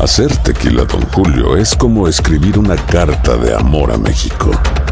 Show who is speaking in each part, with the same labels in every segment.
Speaker 1: Hacer tequila Don Julio es como escribir una carta de amor a México.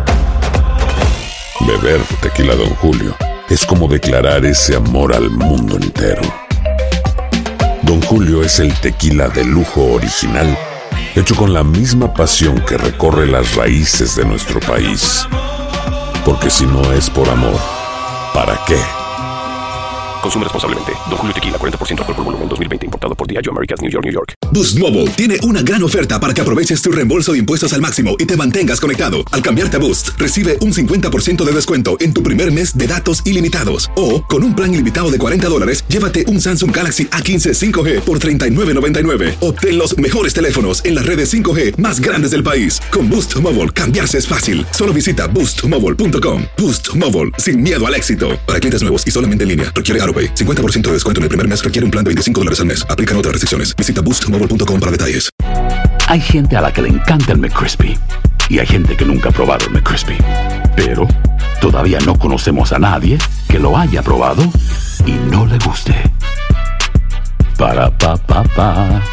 Speaker 1: Beber tequila Don Julio es como declarar ese amor al mundo entero. Don Julio es el tequila de lujo original, hecho con la misma pasión que recorre las raíces de nuestro país. Porque si no es por amor, ¿para qué?
Speaker 2: Consume responsablemente. Don Julio Tequila, 40% alcohol por volumen, 2020. Importado por Diageo Americas, New York, New York.
Speaker 3: Boost Mobile tiene una gran oferta para que aproveches tu reembolso de impuestos al máximo y te mantengas conectado. Al cambiarte a Boost, recibe un 50% de descuento en tu primer mes de datos ilimitados. O, con un plan ilimitado de $40, llévate un Samsung Galaxy A15 5G por $39.99. Obtén los mejores teléfonos en las redes 5G más grandes del país. Con Boost Mobile, cambiarse es fácil. Solo visita boostmobile.com. Boost Mobile, sin miedo al éxito. Para clientes nuevos y solamente en línea, requiere AroPay. 50% de descuento en el primer mes requiere un plan de $25 al mes. Aplican otras restricciones. Visita boostmobile.com para detalles.
Speaker 4: Hay gente a la que le encanta el McCrispy y hay gente que nunca ha probado el McCrispy. Pero todavía no conocemos a nadie que lo haya probado y no le guste. Para pa pa pa.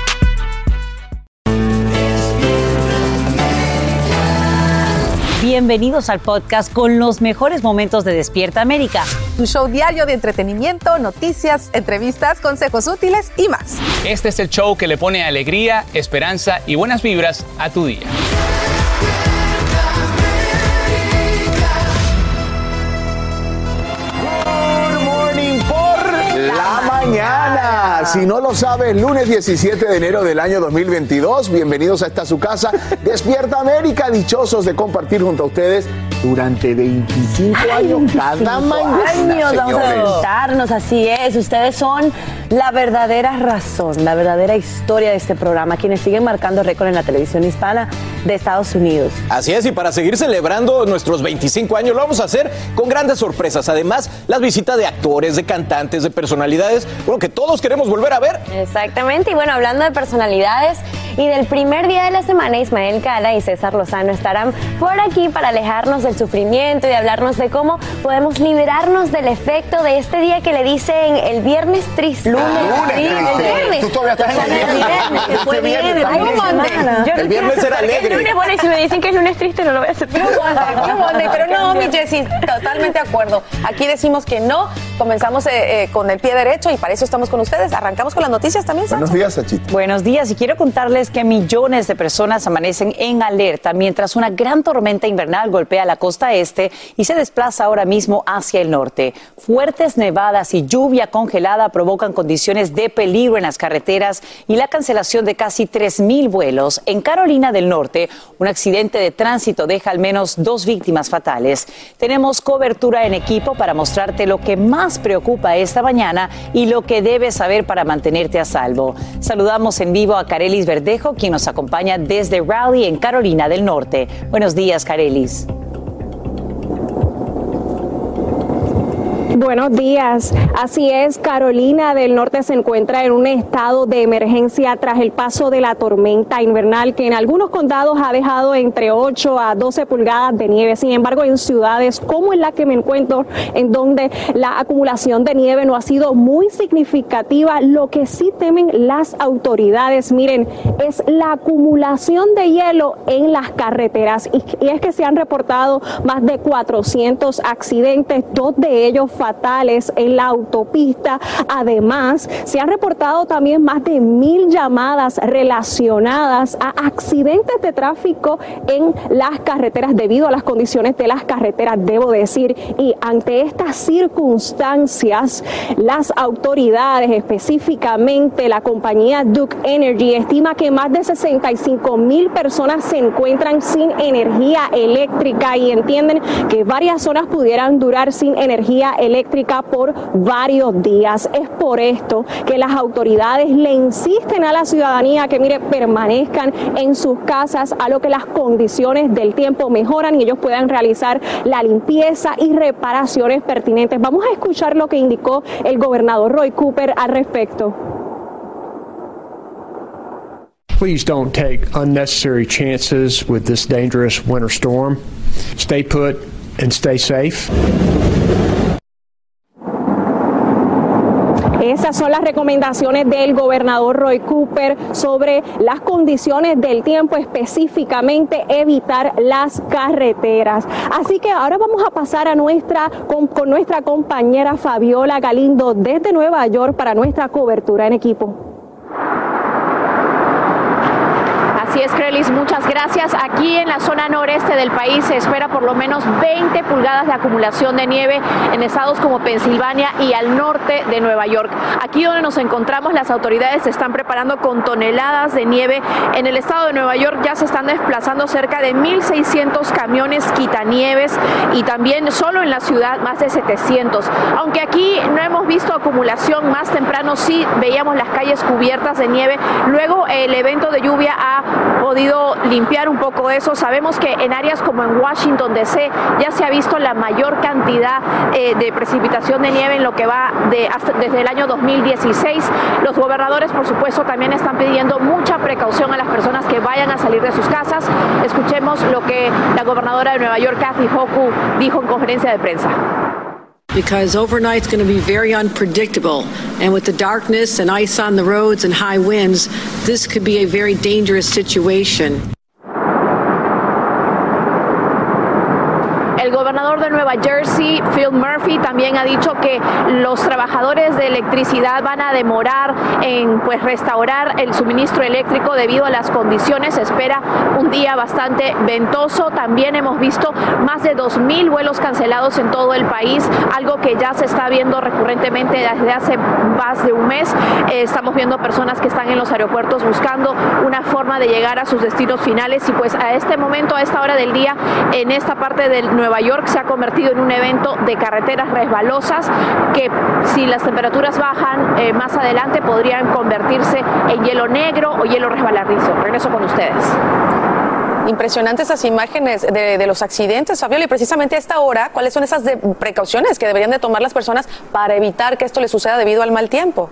Speaker 5: Bienvenidos al podcast con los mejores momentos de Despierta América.
Speaker 6: Tu show diario de entretenimiento, noticias, entrevistas, consejos útiles y más.
Speaker 7: Este es el show que le pone alegría, esperanza y buenas vibras a tu día.
Speaker 8: Good morning por la mañana. Si no lo sabes, lunes 17 de enero del año 2022. Bienvenidos a esta su casa. Despierta América, dichosos de compartir junto a ustedes durante 25 años cada mañana.
Speaker 9: Vamos a sentarnos, así es. Ustedes son la verdadera razón, la verdadera historia de este programa, quienes siguen marcando récord en la televisión hispana de Estados Unidos.
Speaker 10: Así es, y para seguir celebrando nuestros 25 años lo vamos a hacer con grandes sorpresas. Además, las visitas de actores, de cantantes, de personalidades, bueno, que todos queremos volver a ver.
Speaker 9: Exactamente, y bueno, hablando de personalidades y del primer día de la semana, Ismael Cala y César Lozano estarán por aquí para alejarnos del sufrimiento y hablarnos de cómo podemos liberarnos del efecto de este día que le dicen el viernes triste.
Speaker 8: Lunes. Tú todavía estás en el viernes. El viernes era alegre.
Speaker 9: El lunes, bueno, y si me dicen que es lunes triste, no lo voy a hacer.
Speaker 6: Pero no, mi Jessy, totalmente de acuerdo. Aquí decimos que no. Comenzamos con el pie derecho y para eso estamos con ustedes. Arrancamos con las noticias también, Sacha.
Speaker 8: Buenos días, Sachita.
Speaker 5: Buenos días, y quiero contarles que millones de personas amanecen en alerta mientras una gran tormenta invernal golpea la costa este y se desplaza ahora mismo hacia el norte. Fuertes nevadas y lluvia congelada provocan condiciones de peligro en las carreteras y la cancelación de casi 3,000 vuelos. En Carolina del Norte, un accidente de tránsito deja al menos 2 víctimas fatales. Tenemos cobertura en equipo para mostrarte lo que más preocupa esta mañana y lo que debes saber para mantenerte a salvo. Saludamos en vivo a Carelis Verdejo, quien nos acompaña desde Raleigh, en Carolina del Norte. Buenos días, Carelis.
Speaker 11: Buenos días. Así es, Carolina del Norte se encuentra en un estado de emergencia tras el paso de la tormenta invernal que en algunos condados ha dejado entre 8 a 12 pulgadas de nieve. Sin embargo, en ciudades como en la que me encuentro, en donde la acumulación de nieve no ha sido muy significativa, lo que sí temen las autoridades, miren, es la acumulación de hielo en las carreteras. Y es que se han reportado más de 400 accidentes, 2 de ellos fatales en la autopista. Además, se han reportado también más de 1,000 llamadas relacionadas a accidentes de tráfico en las carreteras debido a las condiciones de las carreteras, debo decir. Y ante estas circunstancias, las autoridades, específicamente la compañía Duke Energy, estima que más de 65,000 personas se encuentran sin energía eléctrica y entienden que varias zonas pudieran durar sin energía eléctrica por varios días. Es por esto que las autoridades le insisten a la ciudadanía que, mire, permanezcan en sus casas a lo que las condiciones del tiempo mejoran y ellos puedan realizar la limpieza y reparaciones pertinentes. Vamos a escuchar lo que indicó el gobernador Roy Cooper al respecto.
Speaker 12: Please don't take unnecessary chances with this dangerous winter storm. Stay put and stay safe.
Speaker 11: Esas son las recomendaciones del gobernador Roy Cooper sobre las condiciones del tiempo, específicamente evitar las carreteras. Así que ahora vamos a pasar a con nuestra compañera Fabiola Galindo desde Nueva York para nuestra cobertura en equipo.
Speaker 13: Así es, Krelis, muchas gracias. Aquí en la zona noreste del país se espera por lo menos 20 pulgadas de acumulación de nieve en estados como Pensilvania y al norte de Nueva York. Aquí donde nos encontramos, las autoridades se están preparando con toneladas de nieve. En el estado de Nueva York ya se están desplazando cerca de 1,600 camiones quitanieves y también solo en la ciudad más de 700. Aunque aquí no hemos visto acumulación, más temprano sí veíamos las calles cubiertas de nieve. Luego el evento de lluvia ha podido limpiar un poco eso. Sabemos que en áreas como en Washington DC ya se ha visto la mayor cantidad de precipitación de nieve en lo que va desde el año 2016. Los gobernadores, por supuesto, también están pidiendo mucha precaución a las personas que vayan a salir de sus casas. Escuchemos lo que la gobernadora de Nueva York, Kathy Hochul, dijo en conferencia de prensa.
Speaker 14: Because overnight it's going to be very unpredictable. And with the darkness and ice on the roads and high winds, this could be a very dangerous situation.
Speaker 13: El gobernador de Nueva Jersey, Phil Murphy, también ha dicho que los trabajadores de electricidad van a demorar en restaurar el suministro eléctrico debido a las condiciones. Se espera un día bastante ventoso. También hemos visto más de 2,000 vuelos cancelados en todo el país, algo que ya se está viendo recurrentemente desde hace más de un mes. Estamos viendo personas que están en los aeropuertos buscando una forma de llegar a sus destinos finales y pues a este momento, a esta hora del día, en esta parte de Nueva York se ha convertido en un evento de carreteras resbalosas que si las temperaturas bajan más adelante podrían convertirse en hielo negro o hielo resbaladizo. Regreso con ustedes.
Speaker 6: Impresionantes esas imágenes de los accidentes, Fabiola, y precisamente a esta hora, ¿cuáles son esas precauciones que deberían de tomar las personas para evitar que esto les suceda debido al mal tiempo?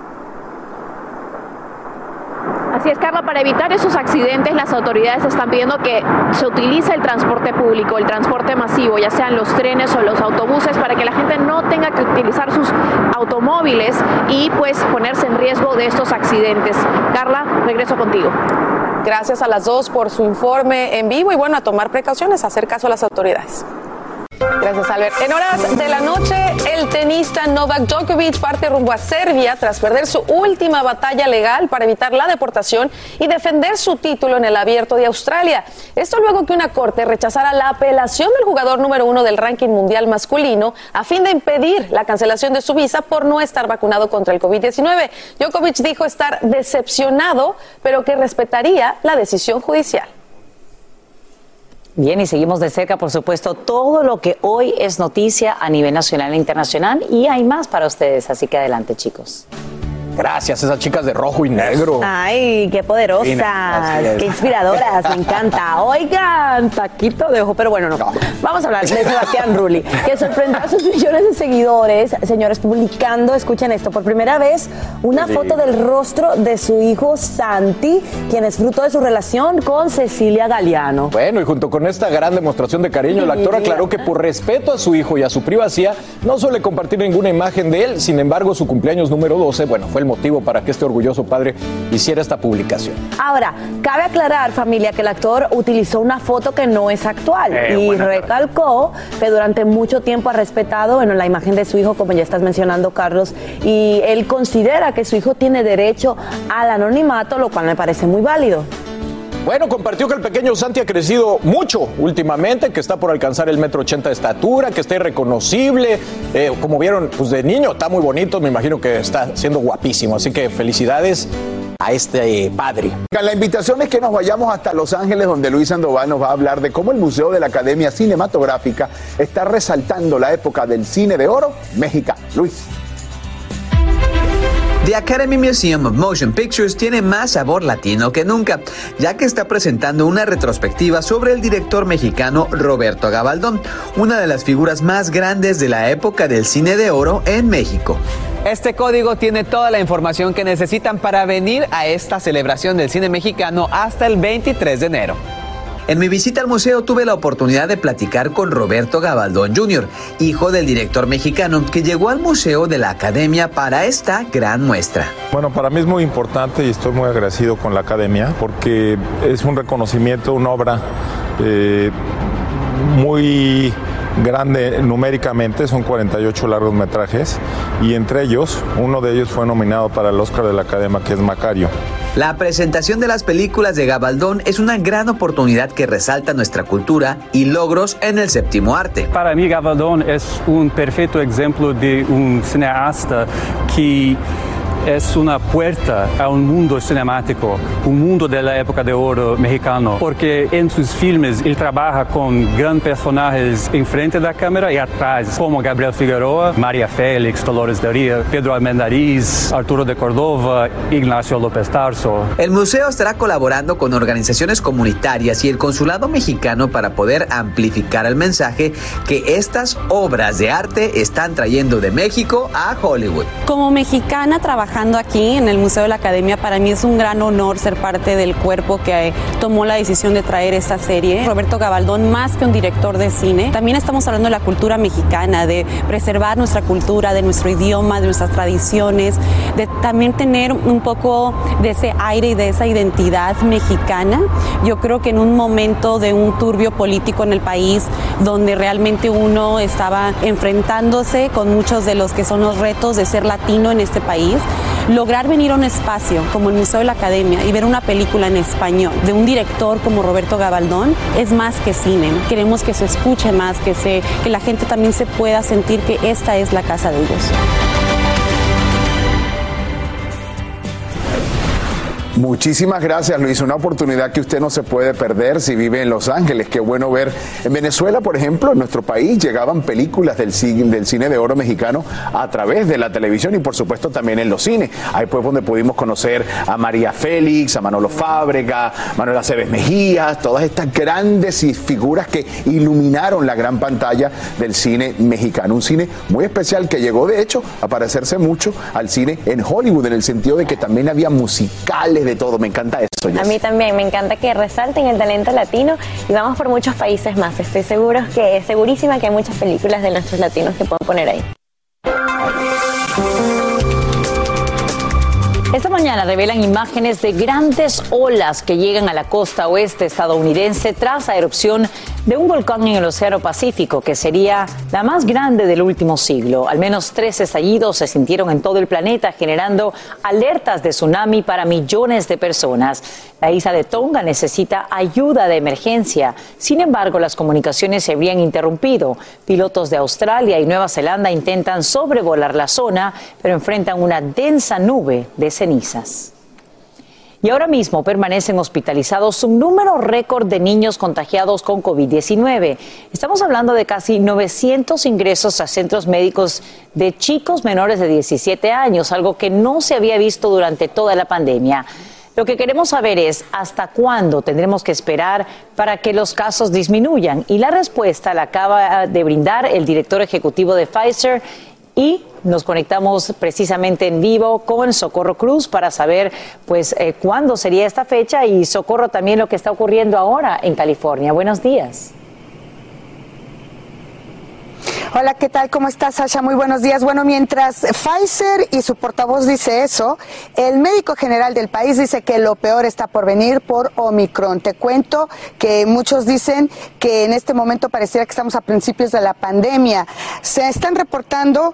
Speaker 13: Así es, Carla, para evitar esos accidentes, las autoridades están pidiendo que se utilice el transporte público, el transporte masivo, ya sean los trenes o los autobuses, para que la gente no tenga que utilizar sus automóviles y pues ponerse en riesgo de estos accidentes. Carla, regreso contigo.
Speaker 6: Gracias a las dos por su informe en vivo y bueno, a tomar precauciones, a hacer caso a las autoridades. Gracias, Albert. En horas de la noche, el tenista Novak Djokovic parte rumbo a Serbia tras perder su última batalla legal para evitar la deportación y defender su título en el Abierto de Australia. Esto luego que una corte rechazara la apelación del jugador número 1 del ranking mundial masculino a fin de impedir la cancelación de su visa por no estar vacunado contra el COVID-19. Djokovic dijo estar decepcionado, pero que respetaría la decisión judicial.
Speaker 5: Bien, y seguimos de cerca, por supuesto, todo lo que hoy es noticia a nivel nacional e internacional y hay más para ustedes, así que adelante, chicos.
Speaker 10: Gracias, esas chicas de rojo y negro.
Speaker 15: Ay, qué poderosas, qué inspiradoras, me encanta. Oigan, taquito de ojo, pero bueno, no. Vamos a hablar de Sebastián Rulli, que sorprendió a sus millones de seguidores, señores, publicando, escuchen esto, por primera vez, una foto del rostro de su hijo Santi, quien es fruto de su relación con Cecilia Galeano.
Speaker 10: Bueno, y junto con esta gran demostración de cariño, el actor aclaró que por respeto a su hijo y a su privacidad, no suele compartir ninguna imagen de él. Sin embargo, su cumpleaños número 12, bueno, fue el motivo para que este orgulloso padre hiciera esta publicación.
Speaker 15: Ahora, cabe aclarar, familia, que el actor utilizó una foto que no es actual y recalcó que durante mucho tiempo ha respetado la imagen de su hijo, como ya estás mencionando, Carlos, y él considera que su hijo tiene derecho al anonimato, lo cual me parece muy válido.
Speaker 10: Bueno, compartió que el pequeño Santi ha crecido mucho últimamente, que está por alcanzar el 1,80 m de estatura, que está irreconocible. Como vieron, pues de niño está muy bonito, me imagino que está siendo guapísimo. Así que felicidades a este padre.
Speaker 8: La invitación es que nos vayamos hasta Los Ángeles, donde Luis Sandoval nos va a hablar de cómo el Museo de la Academia Cinematográfica está resaltando la época del cine de oro mexicano. Luis.
Speaker 16: The Academy Museum of Motion Pictures tiene más sabor latino que nunca, ya que está presentando una retrospectiva sobre el director mexicano Roberto Gabaldón, una de las figuras más grandes de la época del cine de oro en México.
Speaker 17: Este código tiene toda la información que necesitan para venir a esta celebración del cine mexicano hasta el 23 de enero.
Speaker 16: En mi visita al museo tuve la oportunidad de platicar con Roberto Gabaldón Jr., hijo del director mexicano que llegó al Museo de la Academia para esta gran muestra.
Speaker 18: Bueno, para mí es muy importante y estoy muy agradecido con la Academia porque es un reconocimiento, una obra muy grande numéricamente, son 48 largometrajes y entre ellos, uno de ellos fue nominado para el Oscar de la Academia, que es Macario.
Speaker 16: La presentación de las películas de Gabaldón es una gran oportunidad que resalta nuestra cultura y logros en el séptimo arte.
Speaker 19: Para mí Gabaldón es un perfecto ejemplo de un cineasta que es una puerta a un mundo cinemático, un mundo de la época de oro mexicano, porque en sus filmes él trabaja con grandes personajes enfrente de la cámara y atrás, como Gabriel Figueroa, María Félix, Dolores de Río, Pedro Armendáriz, Arturo de Córdoba, Ignacio López Tarso.
Speaker 16: El museo estará colaborando con organizaciones comunitarias y el Consulado Mexicano para poder amplificar el mensaje que estas obras de arte están trayendo de México a Hollywood.
Speaker 20: Como mexicana trabajando aquí en el Museo de la Academia, para mí es un gran honor ser parte del cuerpo que tomó la decisión de traer esta serie. Roberto Gabaldón, más que un director de cine, también estamos hablando de la cultura mexicana, de preservar nuestra cultura, de nuestro idioma, de nuestras tradiciones, de también tener un poco de ese aire y de esa identidad mexicana. Yo creo que en un momento de un turbio político en el país, donde realmente uno estaba enfrentándose con muchos de los que son los retos de ser latino en este país, lograr venir a un espacio como el Museo de la Academia y ver una película en español de un director como Roberto Gabaldón es más que cine. Queremos que se escuche más, que la gente también se pueda sentir que esta es la casa de ellos.
Speaker 8: Muchísimas gracias, Luis. Una oportunidad que usted no se puede perder si vive en Los Ángeles. Qué bueno ver. En Venezuela, por ejemplo, en nuestro país, llegaban películas del cine de oro mexicano a través de la televisión y, por supuesto, también en los cines. Ahí pues donde pudimos conocer a María Félix, a Manolo Fábrega, Manuel Aceves Mejías, todas estas grandes figuras que iluminaron la gran pantalla del cine mexicano. Un cine muy especial que llegó, de hecho, a parecerse mucho al cine en Hollywood, en el sentido de que también había musicales, de todo. Me encanta eso.
Speaker 9: A mí también, me encanta que resalten el talento latino y vamos por muchos países más. Estoy segurísima que hay muchas películas de nuestros latinos que pueden poner ahí.
Speaker 5: Esta mañana revelan imágenes de grandes olas que llegan a la costa oeste estadounidense tras la erupción de un volcán en el Océano Pacífico, que sería la más grande del último siglo. Al menos 3 estallidos se sintieron en todo el planeta, generando alertas de tsunami para millones de personas. La isla de Tonga necesita ayuda de emergencia. Sin embargo, las comunicaciones se habrían interrumpido. Pilotos de Australia y Nueva Zelanda intentan sobrevolar la zona, pero enfrentan una densa nube de cenizas. Y ahora mismo permanecen hospitalizados un número récord de niños contagiados con COVID-19. Estamos hablando de casi 900 ingresos a centros médicos de chicos menores de 17 años, algo que no se había visto durante toda la pandemia. Lo que queremos saber es hasta cuándo tendremos que esperar para que los casos disminuyan. Y la respuesta la acaba de brindar el director ejecutivo de Pfizer, y nos conectamos precisamente en vivo con Socorro Cruz para saber cuándo sería esta fecha, y Socorro, también lo que está ocurriendo ahora en California. Buenos días.
Speaker 21: Hola, ¿qué tal? ¿Cómo estás, Sasha? Muy buenos días. Bueno, mientras Pfizer y su portavoz dice eso, el médico general del país dice que lo peor está por venir por Omicron. Te cuento que muchos dicen que en este momento pareciera que estamos a principios de la pandemia. Se están reportando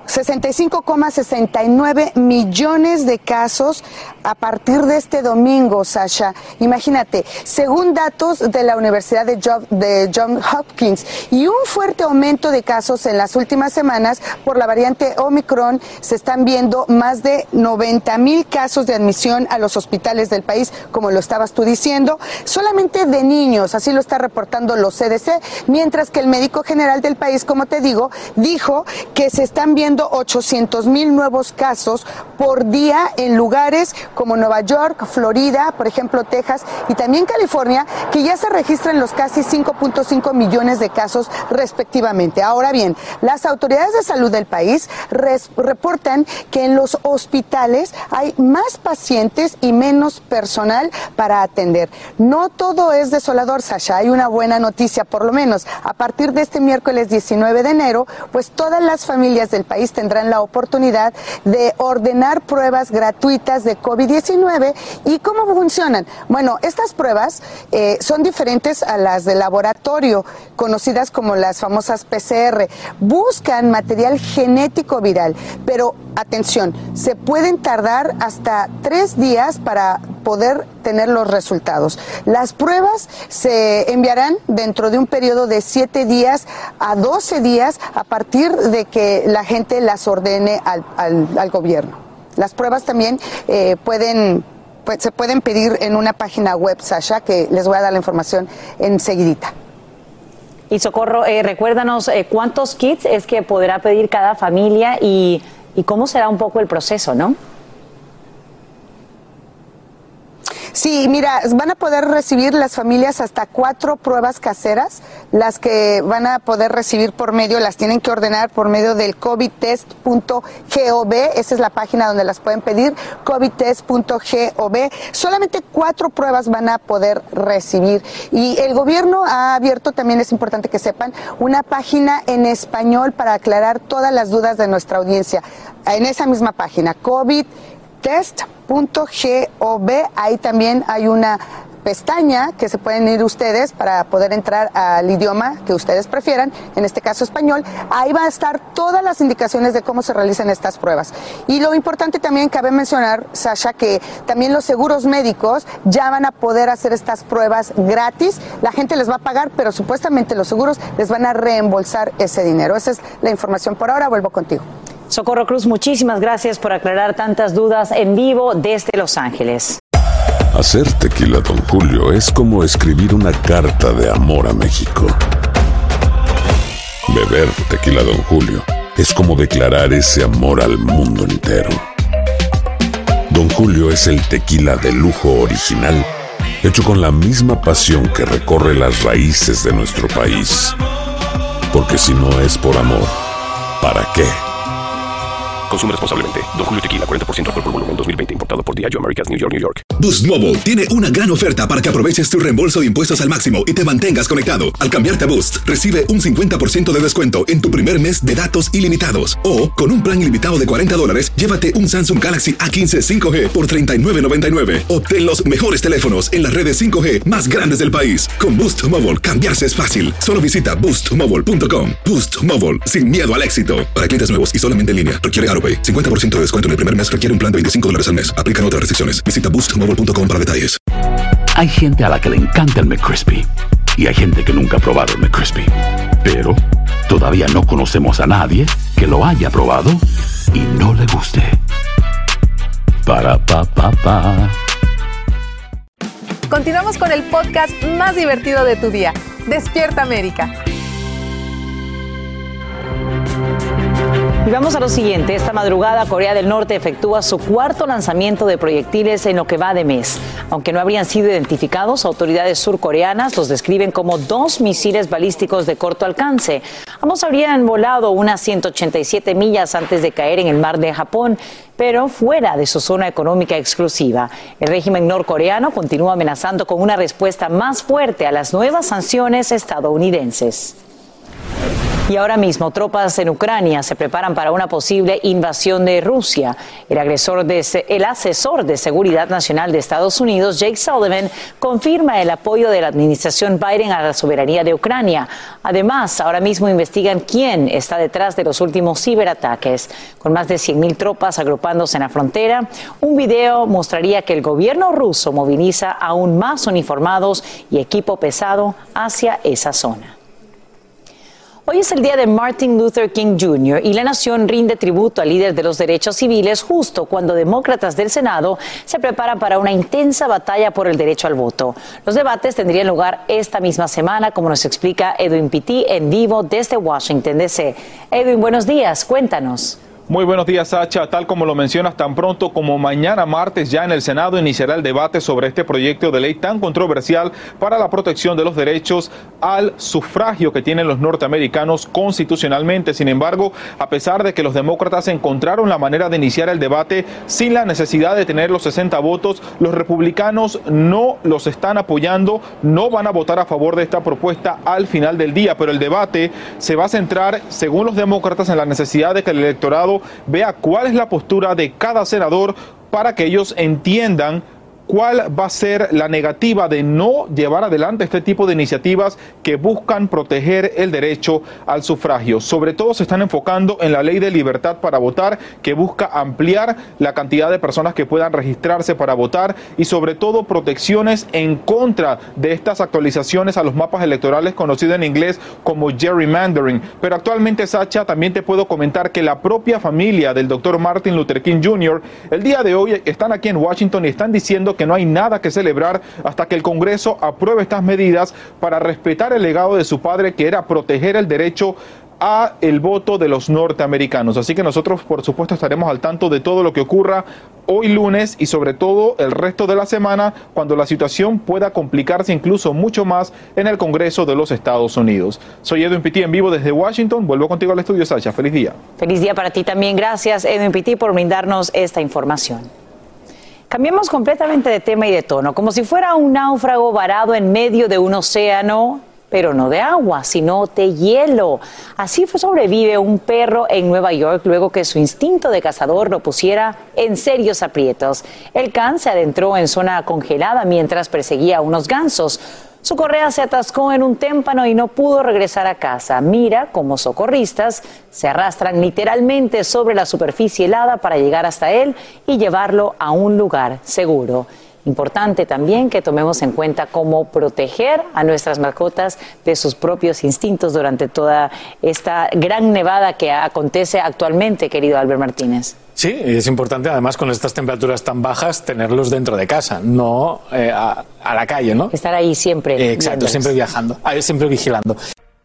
Speaker 21: 65,69 millones de casos a partir de este domingo, Sasha. Imagínate, según datos de la Universidad de Johns Hopkins, y un fuerte aumento de casos en las últimas semanas por la variante Omicron. Se están viendo más de 90,000 casos de admisión a los hospitales del país, como lo estabas tú diciendo, solamente de niños, así lo está reportando los CDC, mientras que el médico general del país, como te digo, dijo que se están viendo teniendo 800,000 nuevos casos por día en lugares como Nueva York, Florida, por ejemplo, Texas y también California, que ya se registran los casi 5.5 millones de casos respectivamente. Ahora bien, las autoridades de salud del país reportan que en los hospitales hay más pacientes y menos personal para atender. No todo es desolador, Sasha. Hay una buena noticia, por lo menos. A partir de este miércoles 19 de enero, pues todas las familias del país tendrán la oportunidad de ordenar pruebas gratuitas de COVID-19. ¿Y cómo funcionan? Bueno, estas pruebas son diferentes a las de laboratorio, conocidas como las famosas PCR. Buscan material genético viral, pero atención, se pueden tardar hasta 3 días para poder tener los resultados. Las pruebas se enviarán dentro de un periodo de 7 días a 12 días a partir de que la gente las ordene al gobierno. Las pruebas también se pueden pedir en una página web, Sasha, que les voy a dar la información enseguidita.
Speaker 5: Y Socorro, recuérdanos cuántos kits es que podrá pedir cada familia y cómo será un poco el proceso, ¿no?
Speaker 21: Sí, mira, van a poder recibir las familias hasta 4 pruebas caseras, las que van a poder recibir las tienen que ordenar por medio del covidtest.gov, esa es la página donde las pueden pedir, covidtest.gov. Solamente 4 pruebas van a poder recibir. Y el gobierno ha abierto, también es importante que sepan, una página en español para aclarar todas las dudas de nuestra audiencia. En esa misma página, covidtest.gov, ahí también hay una pestaña que se pueden ir ustedes para poder entrar al idioma que ustedes prefieran, en este caso español. Ahí va a estar todas las indicaciones de cómo se realizan estas pruebas. Y lo importante también cabe mencionar, Sasha, que también los seguros médicos ya van a poder hacer estas pruebas gratis. La gente les va a pagar, pero supuestamente los seguros les van a reembolsar ese dinero. Esa es la información por ahora. Vuelvo contigo.
Speaker 5: Socorro Cruz, muchísimas gracias por aclarar tantas dudas en vivo desde Los Ángeles.
Speaker 1: Hacer tequila Don Julio es como escribir una carta de amor a México. Beber tequila Don Julio es como declarar ese amor al mundo entero. Don Julio es el tequila de lujo original, hecho con la misma pasión que recorre las raíces de nuestro país. Porque si no es por amor, ¿para qué?
Speaker 2: Consume responsablemente. Don Julio Tequila, 40% alcohol por volumen, 2020. Importado por Diageo Americas, New York, New York.
Speaker 3: Boost Mobile tiene una gran oferta para que aproveches tu reembolso de impuestos al máximo y te mantengas conectado. Al cambiarte a Boost, recibe un 50% de descuento en tu primer mes de datos ilimitados. O, con un plan ilimitado de $40, llévate un Samsung Galaxy A15 5G por $39.99. Obtén los mejores teléfonos en las redes 5G más grandes del país. Con Boost Mobile, cambiarse es fácil. Solo visita boostmobile.com. Boost Mobile, sin miedo al éxito. Para clientes nuevos y solamente en línea, requiere AutoPay. 50% de descuento en el primer mes requiere un plan de $25 al mes. Aplican otras restricciones. Visita boostmobile.com para detalles.
Speaker 4: Hay gente a la que le encanta el McCrispy y hay gente que nunca ha probado el McCrispy. Pero todavía no conocemos a nadie que lo haya probado y no le guste. Para pa pa pa.
Speaker 6: Continuamos con el podcast más divertido de tu día, Despierta América.
Speaker 5: Y vamos a lo siguiente. Esta madrugada, Corea del Norte efectúa su 4º lanzamiento de proyectiles en lo que va de mes. Aunque no habrían sido identificados, autoridades surcoreanas los describen como 2 misiles balísticos de corto alcance. Ambos habrían volado unas 187 millas antes de caer en el mar de Japón, pero fuera de su zona económica exclusiva. El régimen norcoreano continúa amenazando con una respuesta más fuerte a las nuevas sanciones estadounidenses. Y ahora mismo, tropas en Ucrania se preparan para una posible invasión de Rusia. El asesor de Seguridad Nacional de Estados Unidos, Jake Sullivan, confirma el apoyo de la administración Biden a la soberanía de Ucrania. Además, ahora mismo investigan quién está detrás de los últimos ciberataques. Con más de 100,000 tropas agrupándose en la frontera, un video mostraría que el gobierno ruso moviliza aún más uniformados y equipo pesado hacia esa zona. Hoy es el día de Martin Luther King Jr. y la nación rinde tributo al líder de los derechos civiles justo cuando demócratas del Senado se preparan para una intensa batalla por el derecho al voto. Los debates tendrían lugar esta misma semana, como nos explica Edwin Pitti en vivo desde Washington, D.C. Edwin, buenos días, cuéntanos.
Speaker 7: Muy buenos días, Sacha. Tal como lo mencionas, tan pronto como mañana martes ya en el Senado iniciará el debate sobre este proyecto de ley tan controversial para la protección de los derechos al sufragio que tienen los norteamericanos constitucionalmente. Sin embargo, a pesar de que los demócratas encontraron la manera de iniciar el debate sin la necesidad de tener los 60 votos, los republicanos no los están apoyando, no van a votar a favor de esta propuesta al final del día, pero el debate se va a centrar, según los demócratas, en la necesidad de que el electorado vea cuál es la postura de cada senador para que ellos entiendan cuál va a ser la negativa de no llevar adelante este tipo de iniciativas que buscan proteger el derecho al sufragio. Sobre todo se están enfocando en la ley de libertad para votar, que busca ampliar la cantidad de personas que puedan registrarse para votar, y sobre todo protecciones en contra de estas actualizaciones a los mapas electorales, conocido en inglés como gerrymandering. Pero actualmente, Sacha, también te puedo comentar que la propia familia del doctor Martin Luther King Jr. el día de hoy están aquí en Washington y están diciendo que no hay nada que celebrar hasta que el Congreso apruebe estas medidas para respetar el legado de su padre, que era proteger el derecho a el voto de los norteamericanos. Así que nosotros, por supuesto, estaremos al tanto de todo lo que ocurra hoy lunes y sobre todo el resto de la semana, cuando la situación pueda complicarse incluso mucho más en el Congreso de los Estados Unidos. Soy Edwin Pitti en vivo desde Washington. Vuelvo contigo al estudio, Sacha. Feliz día.
Speaker 5: Feliz día para ti también. Gracias, Edwin Pitti, por brindarnos esta información. Cambiamos completamente de tema y de tono, como si fuera un náufrago varado en medio de un océano, pero no de agua, sino de hielo. Así sobrevive un perro en Nueva York luego que su instinto de cazador lo pusiera en serios aprietos. El can se adentró en zona congelada mientras perseguía a unos gansos. Su correa se atascó en un témpano y no pudo regresar a casa. Mira cómo socorristas se arrastran literalmente sobre la superficie helada para llegar hasta él y llevarlo a un lugar seguro. Importante también que tomemos en cuenta cómo proteger a nuestras mascotas de sus propios instintos durante toda esta gran nevada que acontece actualmente, querido Albert Martínez.
Speaker 22: Sí, es importante, además, con estas temperaturas tan bajas, tenerlos dentro de casa, no a la calle, ¿no?
Speaker 5: Estar ahí siempre.
Speaker 22: Exacto, siempre viajando, siempre vigilando.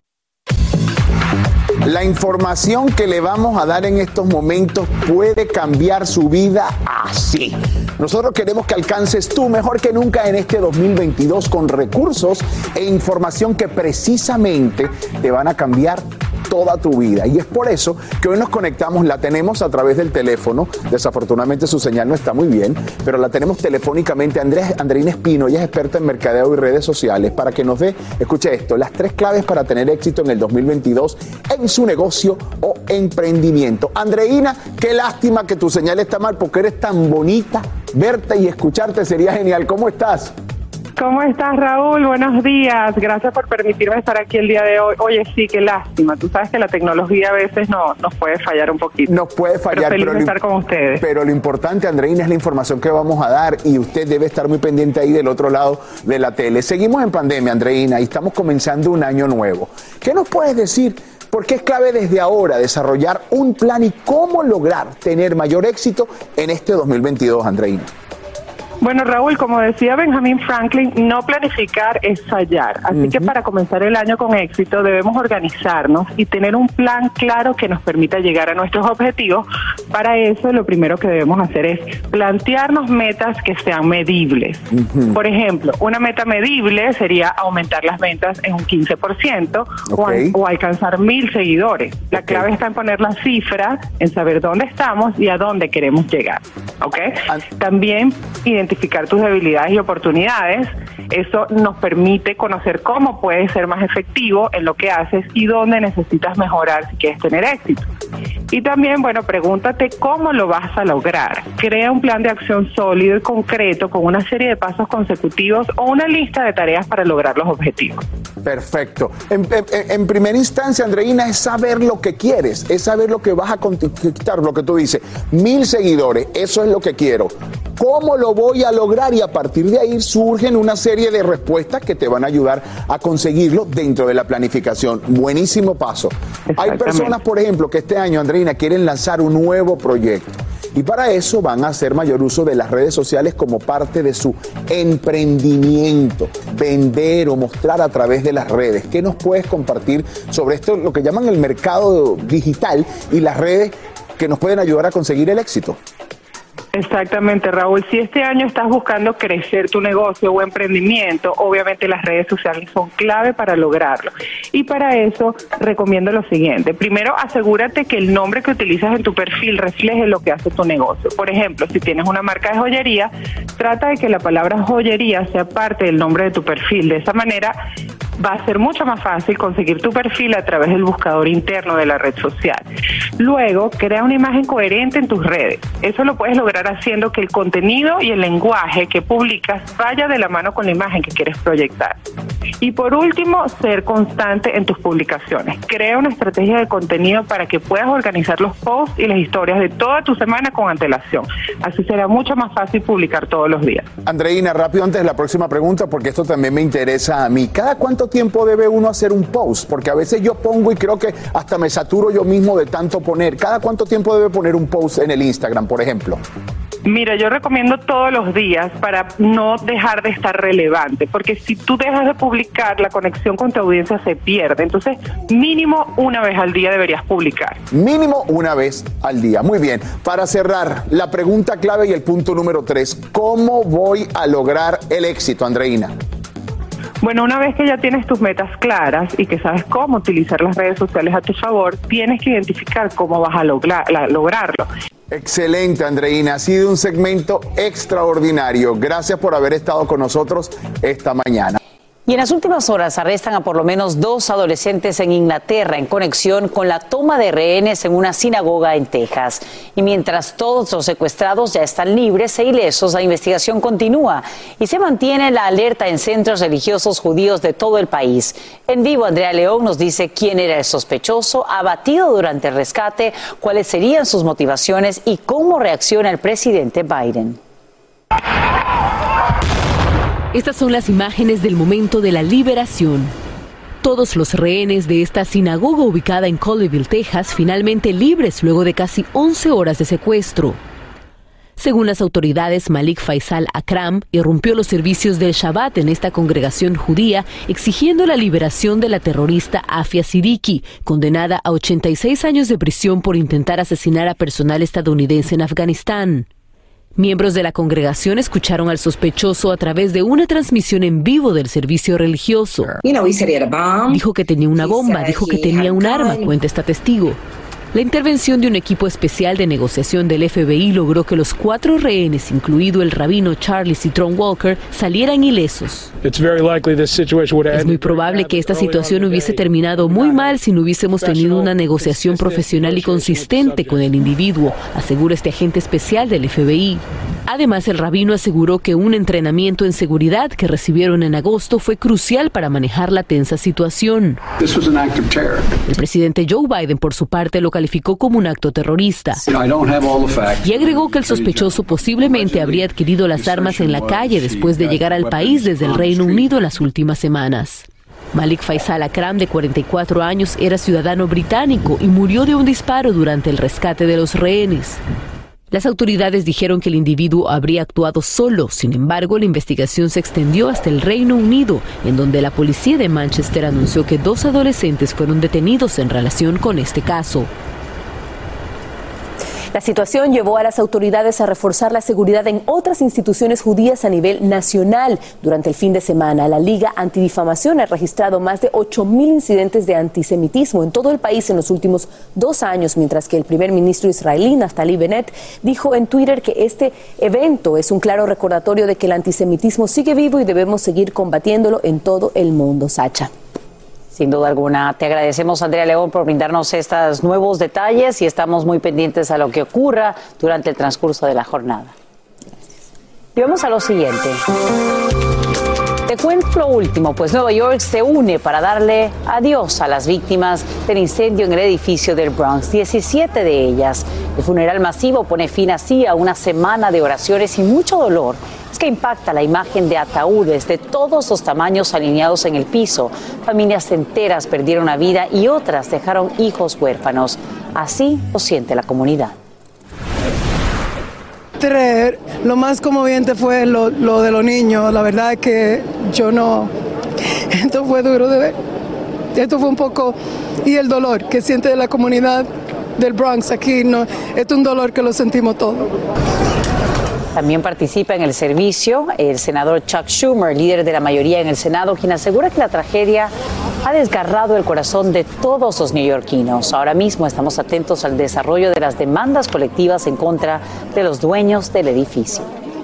Speaker 8: La información que le vamos a dar en estos momentos puede cambiar su vida así. Nosotros queremos que alcances tú mejor que nunca en este 2022 con recursos e información que precisamente te van a cambiar toda tu vida. Y es por eso que hoy nos conectamos, la tenemos a través del teléfono. Desafortunadamente su señal no está muy bien, pero la tenemos telefónicamente. Andreina Espino, ella es experta en mercadeo y redes sociales, para que nos dé, escuche esto, las 3 claves para tener éxito en el 2022 en su negocio o emprendimiento. Andreina, qué lástima que tu señal está mal porque eres tan bonita. Verte y escucharte sería genial. ¿Cómo estás?
Speaker 23: ¿Cómo estás, Raúl? Buenos días. Gracias por permitirme estar aquí el día de hoy. Oye, sí, qué lástima. Tú sabes que la tecnología a veces nos puede fallar un poquito.
Speaker 8: Nos puede fallar,
Speaker 23: pero feliz de estar con ustedes.
Speaker 8: Pero lo importante, Andreina, es la información que vamos a dar y usted debe estar muy pendiente ahí del otro lado de la tele. Seguimos en pandemia, Andreina, y estamos comenzando un año nuevo. ¿Qué nos puedes decir? Porque es clave desde ahora desarrollar un plan y cómo lograr tener mayor éxito en este 2022, Andreina.
Speaker 23: Bueno, Raúl, como decía Benjamin Franklin, no planificar es fallar. Así que para comenzar el año con éxito debemos organizarnos y tener un plan claro que nos permita llegar a nuestros objetivos. Para eso, lo primero que debemos hacer es plantearnos metas que sean medibles. Por ejemplo, una meta medible sería aumentar las ventas en un 15% o alcanzar 1,000 seguidores. La clave está en poner la cifra, en saber dónde estamos y a dónde queremos llegar. También identificar tus debilidades y oportunidades. Eso nos permite conocer cómo puedes ser más efectivo en lo que haces y dónde necesitas mejorar si quieres tener éxito. Y también, bueno, pregúntate cómo lo vas a lograr. Crea un plan de acción sólido y concreto con una serie de pasos consecutivos o una lista de tareas para lograr los objetivos.
Speaker 8: Perfecto. En primera instancia, Andreina, es saber lo que quieres, es saber lo que vas a conquistar, lo que tú dices. 1,000 seguidores, eso es lo que quiero. ¿Cómo lo voy a lograr? Y a partir de ahí surgen una serie de respuestas que te van a ayudar a conseguirlo dentro de la planificación. Buenísimo paso. Hay personas, por ejemplo, que este año, Andreina, quieren lanzar un nuevo proyecto. Y para eso van a hacer mayor uso de las redes sociales como parte de su emprendimiento, vender o mostrar a través de las redes. ¿Qué nos puedes compartir sobre esto, lo que llaman el mercado digital y las redes? que nos pueden ayudar a conseguir el éxito.
Speaker 23: Exactamente, Raúl. Si este año estás buscando crecer tu negocio o emprendimiento, obviamente las redes sociales son clave para lograrlo. Y para eso recomiendo lo siguiente. Primero, asegúrate que el nombre que utilizas en tu perfil refleje lo que hace tu negocio. Por ejemplo, si tienes una marca de joyería, trata de que la palabra joyería sea parte del nombre de tu perfil. De esa manera va a ser mucho más fácil conseguir tu perfil a través del buscador interno de la red social. Luego, crea una imagen coherente en tus redes. Eso lo puedes lograr haciendo que el contenido y el lenguaje que publicas vaya de la mano con la imagen que quieres proyectar. Y por último, ser constante en tus publicaciones. Crea una estrategia de contenido para que puedas organizar los posts y las historias de toda tu semana con antelación. Así será mucho más fácil publicar todos los días.
Speaker 8: Andreina, rápido antes de la próxima pregunta, porque esto también me interesa a mí. ¿Cada cuánto tiempo debe uno hacer un post? Porque a veces yo pongo y creo que hasta me saturo yo mismo de tanto poner. ¿Cada cuánto tiempo debe poner un post en el Instagram, por ejemplo?
Speaker 23: Mira, yo recomiendo todos los días para no dejar de estar relevante, porque si tú dejas de publicar, la conexión con tu audiencia se pierde. Entonces, mínimo una vez al día deberías publicar.
Speaker 8: Mínimo una vez al día. Muy bien. Para cerrar, la pregunta clave y el punto número 3. ¿Cómo voy a lograr el éxito, Andreina?
Speaker 23: Bueno, una vez que ya tienes tus metas claras y que sabes cómo utilizar las redes sociales a tu favor, tienes que identificar cómo vas a lograrlo.
Speaker 8: Excelente, Andreina. Ha sido un segmento extraordinario. Gracias por haber estado con nosotros esta mañana.
Speaker 5: Y en las últimas horas arrestan a por lo menos 2 adolescentes en Inglaterra en conexión con la toma de rehenes en una sinagoga en Texas. Y mientras todos los secuestrados ya están libres e ilesos, la investigación continúa y se mantiene la alerta en centros religiosos judíos de todo el país. En vivo, Andrea León nos dice quién era el sospechoso abatido durante el rescate, cuáles serían sus motivaciones y cómo reacciona el presidente Biden.
Speaker 11: Estas son las imágenes del momento de la liberación. Todos los rehenes de esta sinagoga ubicada en Colleyville, Texas, finalmente libres luego de casi 11 horas de secuestro. Según las autoridades, Malik Faisal Akram irrumpió los servicios del Shabbat en esta congregación judía, exigiendo la liberación de la terrorista Afia Siddiqui, condenada a 86 años de prisión por intentar asesinar a personal estadounidense en Afganistán. Miembros de la congregación escucharon al sospechoso a través de una transmisión en vivo del servicio religioso. Dijo que tenía una bomba, dijo que tenía un arma, cuenta esta testigo. La intervención de un equipo especial de negociación del FBI logró que los 4 rehenes, incluido el rabino Charlie Citron Walker, salieran ilesos. Es muy probable que esta situación hubiese terminado muy mal si no hubiésemos tenido una negociación profesional y consistente con el individuo, asegura este agente especial del FBI. Además, el rabino aseguró que un entrenamiento en seguridad que recibieron en agosto fue crucial para manejar la tensa situación. El presidente Joe Biden, por su parte, lo calificó como un acto terrorista y agregó que el sospechoso posiblemente habría adquirido las armas en la calle después de llegar al país desde el Reino Unido en las últimas semanas. Malik Faisal Akram, de 44 años, era ciudadano británico y murió de un disparo durante el rescate de los rehenes. Las autoridades dijeron que el individuo habría actuado solo. Sin embargo, la investigación se extendió hasta el Reino Unido, en donde la policía de Manchester anunció que 2 adolescentes fueron detenidos en relación con este caso.
Speaker 12: La situación llevó a las autoridades a reforzar la seguridad en otras instituciones judías a nivel nacional. Durante el fin de semana, la Liga Antidifamación ha registrado más de 8,000 incidentes de antisemitismo en todo el país en los últimos 2 años, mientras que el primer ministro israelí, Naftali Bennett, dijo en Twitter que este evento es un claro recordatorio de que el antisemitismo sigue vivo y debemos seguir combatiéndolo en todo el mundo. Sacha.
Speaker 5: Sin duda alguna. Te agradecemos, Andrea León, por brindarnos estos nuevos detalles y estamos muy pendientes a lo que ocurra durante el transcurso de la jornada. Y vamos a lo siguiente. Te cuento lo último, pues Nueva York se une para darle adiós a las víctimas del incendio en el edificio del Bronx, 17 de ellas. El funeral masivo pone fin así a una semana de oraciones y mucho dolor. Es que impacta la imagen de ataúdes de todos los tamaños alineados en el piso. Familias enteras perdieron la vida y otras dejaron hijos huérfanos. Así lo siente la comunidad.
Speaker 14: Lo más conmoviente fue lo de los niños. La verdad es que yo no... Esto fue duro de ver. Esto fue un poco... Y el dolor que siente la comunidad del Bronx. Aquí no, es un dolor que lo sentimos todos.
Speaker 5: También participa en el servicio el senador Chuck Schumer, líder de la mayoría en el Senado, quien asegura que la tragedia ha desgarrado el corazón de todos los neoyorquinos. Ahora mismo estamos atentos al desarrollo de las demandas colectivas en contra de los dueños del edificio.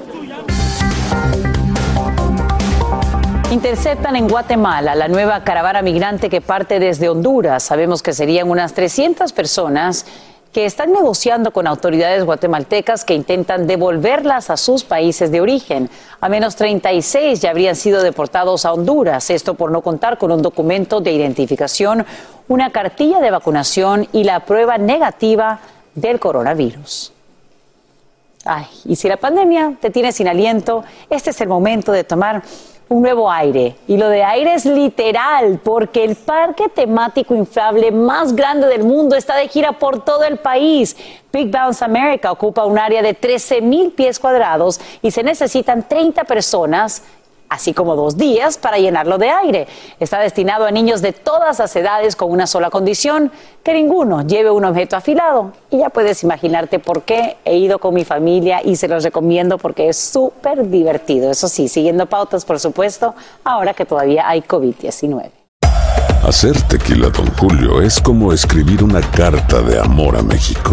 Speaker 5: Interceptan en Guatemala la nueva caravana migrante que parte desde Honduras. Sabemos que serían unas 300 personas que están negociando con autoridades guatemaltecas que intentan devolverlas a sus países de origen. Al menos 36 ya habrían sido deportados a Honduras, esto por no contar con un documento de identificación, una cartilla de vacunación y la prueba negativa del coronavirus. Ay, y si la pandemia te tiene sin aliento, este es el momento de tomar un nuevo aire. Y lo de aire es literal, porque el parque temático inflable más grande del mundo está de gira por todo el país. Big Bounce America ocupa un área de 13,000 pies cuadrados y se necesitan 30 personas, así como 2 días para llenarlo de aire. Está destinado a niños de todas las edades con una sola condición, que ninguno lleve un objeto afilado. Y ya puedes imaginarte por qué. He ido con mi familia y se los recomiendo porque es súper divertido. Eso sí, siguiendo pautas, por supuesto, ahora que todavía hay COVID-19.
Speaker 1: Hacer tequila Don Julio es como escribir una carta de amor a México.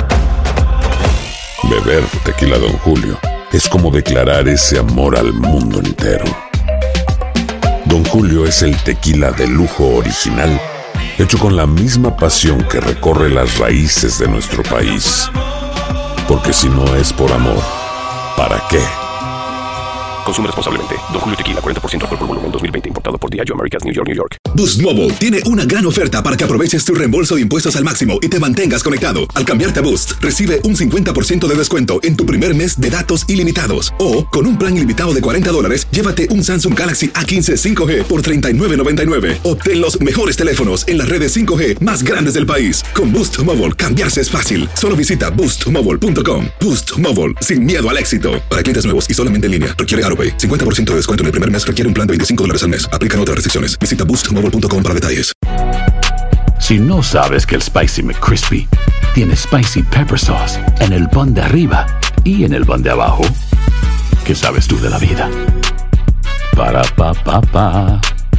Speaker 1: Beber tequila Don Julio es como declarar ese amor al mundo entero. Don Julio es el tequila de lujo original, hecho con la misma pasión que recorre las raíces de nuestro país. Porque si no es por amor, ¿para qué?
Speaker 2: Consume responsablemente. Don Julio Tequila, 40% alcohol por volumen, 2020. Importado por Diageo Americas, New York, New York.
Speaker 3: Boost Mobile tiene una gran oferta para que aproveches tu reembolso de impuestos al máximo y te mantengas conectado. Al cambiarte a Boost, recibe un 50% de descuento en tu primer mes de datos ilimitados. O, con un plan ilimitado de $40, llévate un Samsung Galaxy A15 5G por $39.99. Obtén los mejores teléfonos en las redes 5G más grandes del país. Con Boost Mobile, cambiarse es fácil. Solo visita boostmobile.com. Boost Mobile, sin miedo al éxito. Para clientes nuevos y solamente en línea, requiere AutoPay. 50% de descuento en el primer mes requiere un plan de $25 al mes. Aplican otras restricciones. Visita boostmobile.com para detalles.
Speaker 4: Si no sabes que el Spicy McCrispy tiene Spicy Pepper Sauce en el pan de arriba y en el pan de abajo, ¿qué sabes tú de la vida? Para, pa, pa, pa.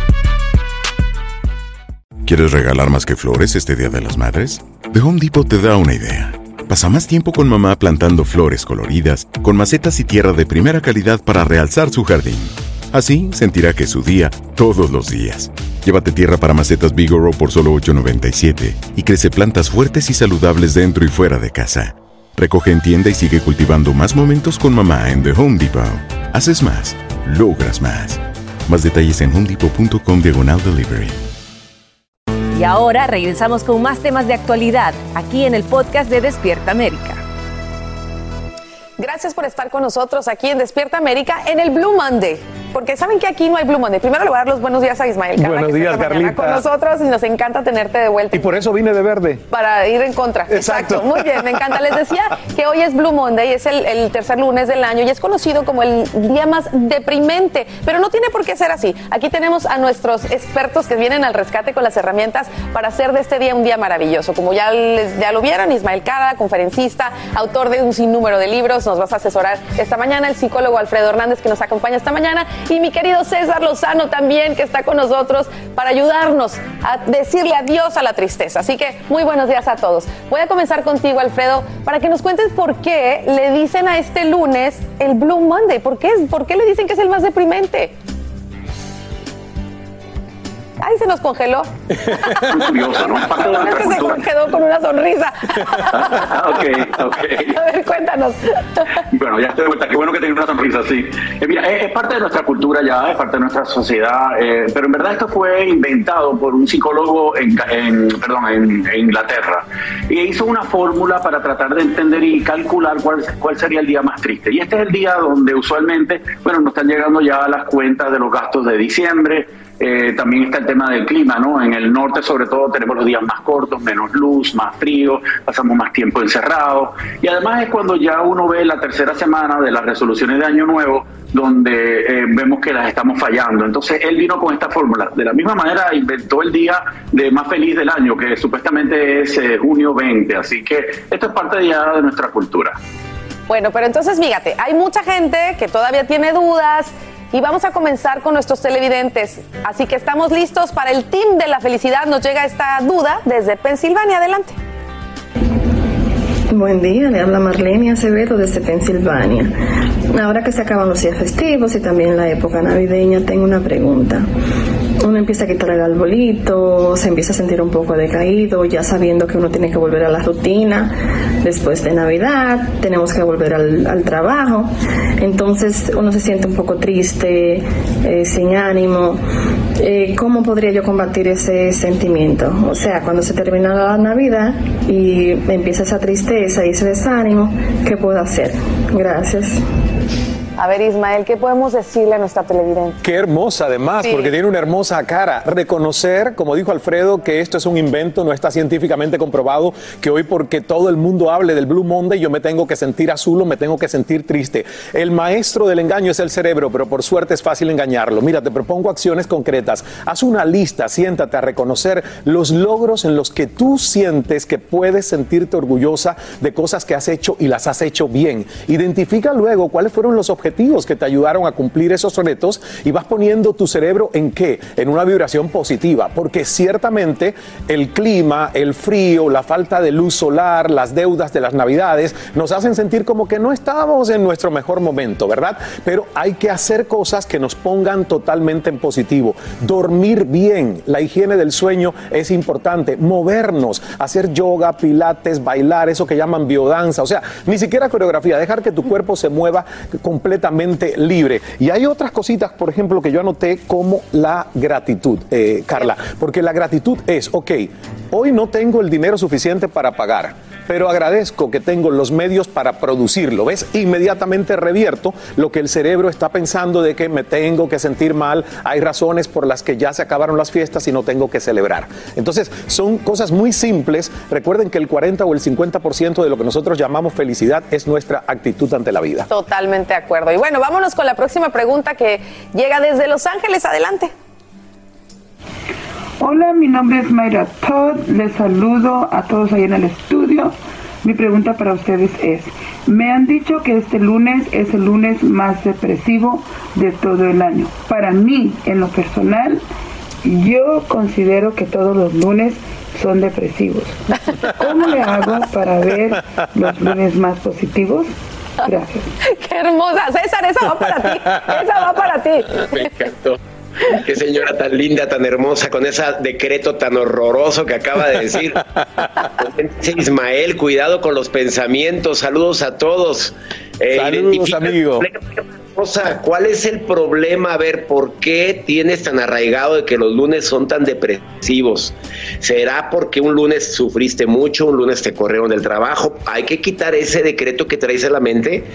Speaker 10: ¿Quieres regalar más que flores este Día de las Madres? The Home Depot te da una idea. Pasa más tiempo con mamá plantando flores coloridas, con macetas y tierra de primera calidad para realzar su jardín. Así sentirá que es su día todos los días. Llévate tierra para macetas Bigoro por solo $8.97 y crece plantas fuertes y saludables dentro y fuera de casa. Recoge en tienda y sigue cultivando más momentos con mamá en The Home Depot. Haces más, logras más. Más detalles en homedepot.com/delivery.
Speaker 13: Y ahora regresamos con más temas de actualidad aquí en el podcast de Despierta América.
Speaker 6: Gracias por estar con nosotros aquí en Despierta América en el Blue Monday. Porque saben que aquí no hay Blue Monday. Primero le voy a dar los buenos días a Ismael Cala,
Speaker 15: buenos
Speaker 6: que
Speaker 15: días,
Speaker 6: está
Speaker 15: Carlita.
Speaker 6: Con nosotros y nos encanta tenerte de vuelta.
Speaker 15: Y por eso vine de verde.
Speaker 6: Para ir en contra.
Speaker 15: Exacto.
Speaker 6: Muy bien, me encanta. Les decía que hoy es Blue Monday, es el tercer lunes del año y es conocido como el día más deprimente. Pero no tiene por qué ser así. Aquí tenemos a nuestros expertos que vienen al rescate con las herramientas para hacer de este día un día maravilloso. Como ya lo vieron, Ismael Cala, conferencista, autor de un sinnúmero de libros, nos vas a asesorar esta mañana, el psicólogo Alfredo Hernández que nos acompaña esta mañana y mi querido César Lozano también, que está con nosotros para ayudarnos a decirle adiós a la tristeza. Así que muy buenos días a todos. Voy a comenzar contigo, Alfredo, para que nos cuentes por qué le dicen a este lunes el Blue Monday. ¿Por qué le dicen que es el más deprimente? Ay, se nos congeló.
Speaker 24: Muy curioso, ¿no?
Speaker 6: Es que se quedó con una sonrisa.
Speaker 24: Ok.
Speaker 6: A ver, cuéntanos.
Speaker 24: Bueno, ya estoy de vuelta. Qué bueno que tenga una sonrisa así. Mira, es parte de nuestra cultura ya, es parte de nuestra sociedad, pero en verdad esto fue inventado por un psicólogo en Inglaterra. Y hizo una fórmula para tratar de entender y calcular cuál sería el día más triste. Y este es el día donde usualmente, nos están llegando ya las cuentas de los gastos de diciembre, También está el tema del clima, ¿no? En el norte, sobre todo, tenemos los días más cortos, menos luz, más frío, pasamos más tiempo encerrados. Y además es cuando ya uno ve la tercera semana de las resoluciones de Año Nuevo, donde vemos que las estamos fallando. Entonces él vino con esta fórmula. De la misma manera inventó el día de más feliz del año, que supuestamente es junio 20. Así que esto es parte ya de nuestra cultura.
Speaker 6: Bueno, pero entonces fíjate, hay mucha gente que todavía tiene dudas y vamos a comenzar con nuestros televidentes. Así que estamos listos para el Team de la Felicidad. Nos llega esta duda desde Pensilvania. Adelante.
Speaker 15: Buen día, le habla Marlene Acevedo desde Pensilvania. Ahora que se acaban los días festivos y también la época navideña, tengo una pregunta. Uno empieza a quitar el arbolito, se empieza a sentir un poco decaído, ya sabiendo que uno tiene que volver a la rutina. Después de Navidad, tenemos que volver al trabajo. Entonces uno se siente un poco triste, sin ánimo. ¿Cómo podría yo combatir ese sentimiento? O sea, cuando se termina la Navidad y empieza esa tristeza y ese desánimo, ¿qué puedo hacer? Gracias.
Speaker 6: A ver, Ismael, ¿qué podemos decirle a nuestra televidente?
Speaker 17: Qué hermosa, además, porque tiene una hermosa cara. Reconocer, como dijo Alfredo, que esto es un invento, no está científicamente comprobado, que hoy porque todo el mundo hable del Blue Monday, yo me tengo que sentir azul o me tengo que sentir triste. El maestro del engaño es el cerebro, pero por suerte es fácil engañarlo. Mira, te propongo acciones concretas. Haz una lista, siéntate a reconocer los logros en los que tú sientes que puedes sentirte orgullosa de cosas que has hecho y las has hecho bien. Identifica luego cuáles fueron los objetivos que te ayudaron a cumplir esos retos y vas poniendo tu cerebro ¿en qué? En una vibración positiva, porque ciertamente el clima, el frío, la falta de luz solar, las deudas de las Navidades nos hacen sentir como que no estábamos en nuestro mejor momento, ¿verdad? Pero hay que hacer cosas que nos pongan totalmente en positivo. Dormir bien, la higiene del sueño es importante, movernos, hacer yoga, pilates, bailar, eso que llaman biodanza, o sea, ni siquiera coreografía, dejar que tu cuerpo se mueva completamente libre. Y hay otras cositas, por ejemplo, que yo anoté como la gratitud, Carla, porque la gratitud es, ok, hoy no tengo el dinero suficiente para pagar, pero agradezco que tengo los medios para producirlo, ¿ves? Inmediatamente revierto lo que el cerebro está pensando de que me tengo que sentir mal, hay razones por las que ya se acabaron las fiestas y no tengo que celebrar. Entonces, son cosas muy simples. Recuerden que el 40 o el 50% de lo que nosotros llamamos felicidad es nuestra actitud ante la vida.
Speaker 6: Totalmente de acuerdo. Y bueno, vámonos con la próxima pregunta que llega desde Los Ángeles. Adelante.
Speaker 23: Hola, mi nombre es Mayra Todd, les saludo a todos ahí en el estudio. Mi pregunta para ustedes es, me han dicho que este lunes es el lunes más depresivo de todo el año. Para mí, en lo personal, yo considero que todos los lunes son depresivos. ¿Cómo le hago para ver los lunes más positivos? Gracias.
Speaker 6: Qué hermosa. César, esa va para ti. Esa va para ti.
Speaker 18: Me encantó. Qué señora tan linda, tan hermosa, con ese decreto tan horroroso que acaba de decir. Ismael, cuidado con los pensamientos. Saludos a todos.
Speaker 17: Saludos, amigo.
Speaker 18: ¿Cuál es el problema? A ver, ¿por qué tienes tan arraigado de que los lunes son tan depresivos? ¿Será porque un lunes sufriste mucho, un lunes te corrieron del trabajo? Hay que quitar ese decreto que traes en la mente.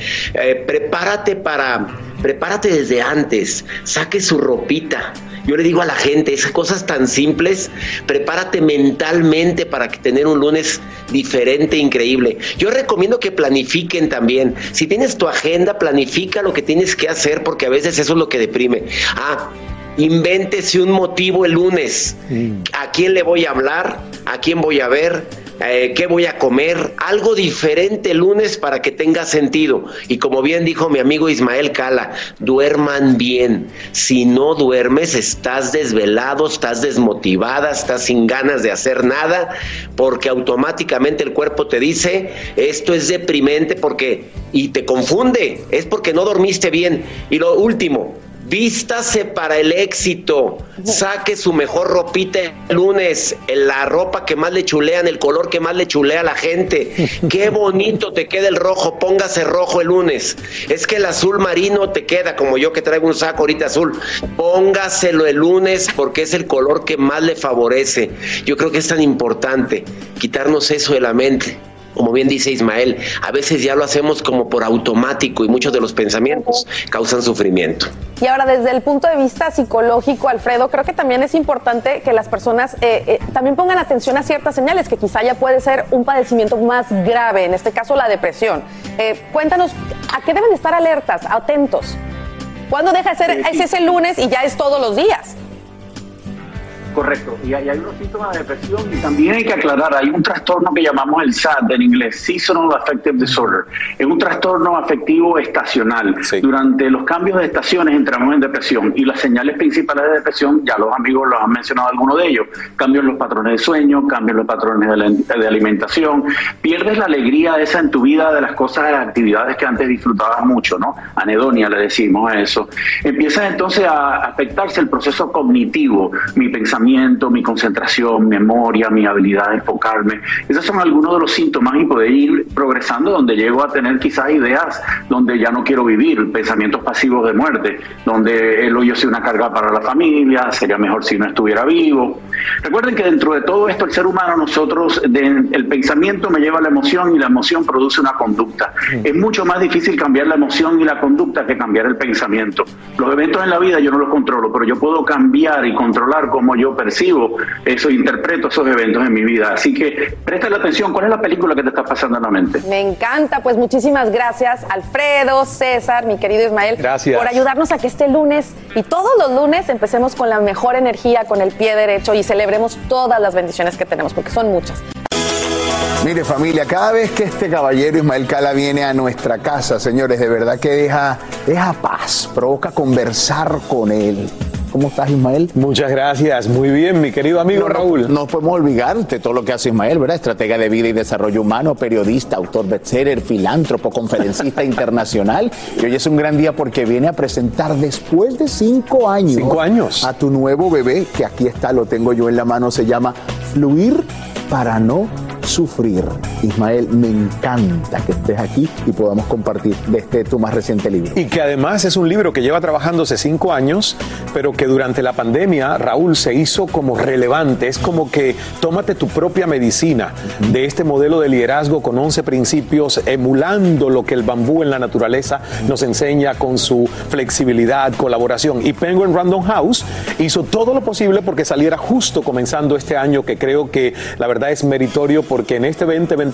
Speaker 18: Prepárate desde antes, saque su ropita. Yo le digo a la gente, esas cosas tan simples, prepárate mentalmente para tener un lunes diferente, increíble. Yo recomiendo que planifiquen también. Si tienes tu agenda, planifica lo que tienes que hacer, porque a veces eso es lo que deprime. Invéntese un motivo el lunes. ¿A quién le voy a hablar? ¿A quién voy a ver? ¿Qué voy a comer? Algo diferente el lunes para que tenga sentido. Y como bien dijo mi amigo Ismael Cala, duerman bien. Si no duermes, estás desvelado, estás desmotivada, estás sin ganas de hacer nada, porque automáticamente el cuerpo te dice, esto es deprimente y te confunde, es porque no dormiste bien. Y lo último, vístase para el éxito, saque su mejor ropita el lunes, la ropa que más le chulean, el color que más le chulea a la gente. Qué bonito te queda el rojo, póngase rojo el lunes. Es que el azul marino te queda, como yo que traigo un saco ahorita azul, póngaselo el lunes porque es el color que más le favorece. Yo creo que es tan importante quitarnos eso de la mente. como bien dice Ismael, a veces ya lo hacemos como por automático y muchos de los pensamientos causan sufrimiento.
Speaker 6: Y ahora, desde el punto de vista psicológico, Alfredo, creo que también es importante que las personas también pongan atención a ciertas señales, que quizá ya puede ser un padecimiento más grave, en este caso la depresión. Cuéntanos, ¿a qué deben estar alertas, atentos? ¿Cuándo deja de ser ese lunes y ya es todos los días?
Speaker 24: Correcto, y hay unos síntomas de depresión y también hay que aclarar, hay un trastorno que llamamos el SAD en inglés, Seasonal Affective Disorder. Es un trastorno afectivo estacional. Sí. Durante los cambios de estaciones entramos en depresión y las señales principales de depresión, ya los amigos los han mencionado algunos de ellos, cambios en los patrones de sueño, cambios en los patrones de alimentación, pierdes la alegría esa en tu vida de las cosas, de las actividades que antes disfrutabas mucho, ¿no? Anedonia le decimos a eso. Empieza entonces a afectarse el proceso cognitivo, mi pensamiento, mi concentración, memoria, mi habilidad de enfocarme. Esos son algunos de los síntomas y poder ir progresando donde llego a tener quizás ideas donde ya no quiero vivir, pensamientos pasivos de muerte, donde yo soy una carga para la familia, sería mejor si no estuviera vivo. Recuerden que dentro de todo esto el ser humano, nosotros, el pensamiento me lleva a la emoción y la emoción produce una conducta. Es mucho más difícil cambiar la emoción y la conducta que cambiar el pensamiento. Los eventos en la vida yo no los controlo, pero yo puedo cambiar y controlar cómo yo percibo eso, interpreto esos eventos en mi vida. Así que préstale atención, ¿cuál es la película que te está pasando en la mente?
Speaker 6: Me encanta, pues muchísimas gracias, Alfredo, César, mi querido Ismael,
Speaker 24: gracias
Speaker 6: por ayudarnos a que este lunes y todos los lunes empecemos con la mejor energía, con el pie derecho y celebremos todas las bendiciones que tenemos, porque son muchas.
Speaker 8: Mire, familia, cada vez que este caballero Ismael Cala viene a nuestra casa, señores, de verdad que deja paz, provoca conversar con él. ¿Cómo estás, Ismael?
Speaker 17: Muchas gracias, muy bien, mi querido amigo Raúl.
Speaker 8: No podemos olvidar de todo lo que hace Ismael, ¿verdad? Estratega de vida y desarrollo humano, periodista, autor bestseller, filántropo, conferencista internacional. Y hoy es un gran día porque viene a presentar después de 5 años.
Speaker 17: 5 años.
Speaker 8: A tu nuevo bebé, que aquí está, lo tengo yo en la mano, se llama Fluir para no sufrir. Ismael, me encanta que estés aquí y podamos compartir de tu más reciente libro.
Speaker 17: Y que además es un libro que lleva trabajándose 5 años, pero que durante la pandemia, Raúl, se hizo como relevante. Es como que tómate tu propia medicina de este modelo de liderazgo con 11 principios, emulando lo que el bambú en la naturaleza nos enseña con su flexibilidad, colaboración. Y Penguin Random House hizo todo lo posible porque saliera justo comenzando este año, que creo que la verdad es meritorio, porque en este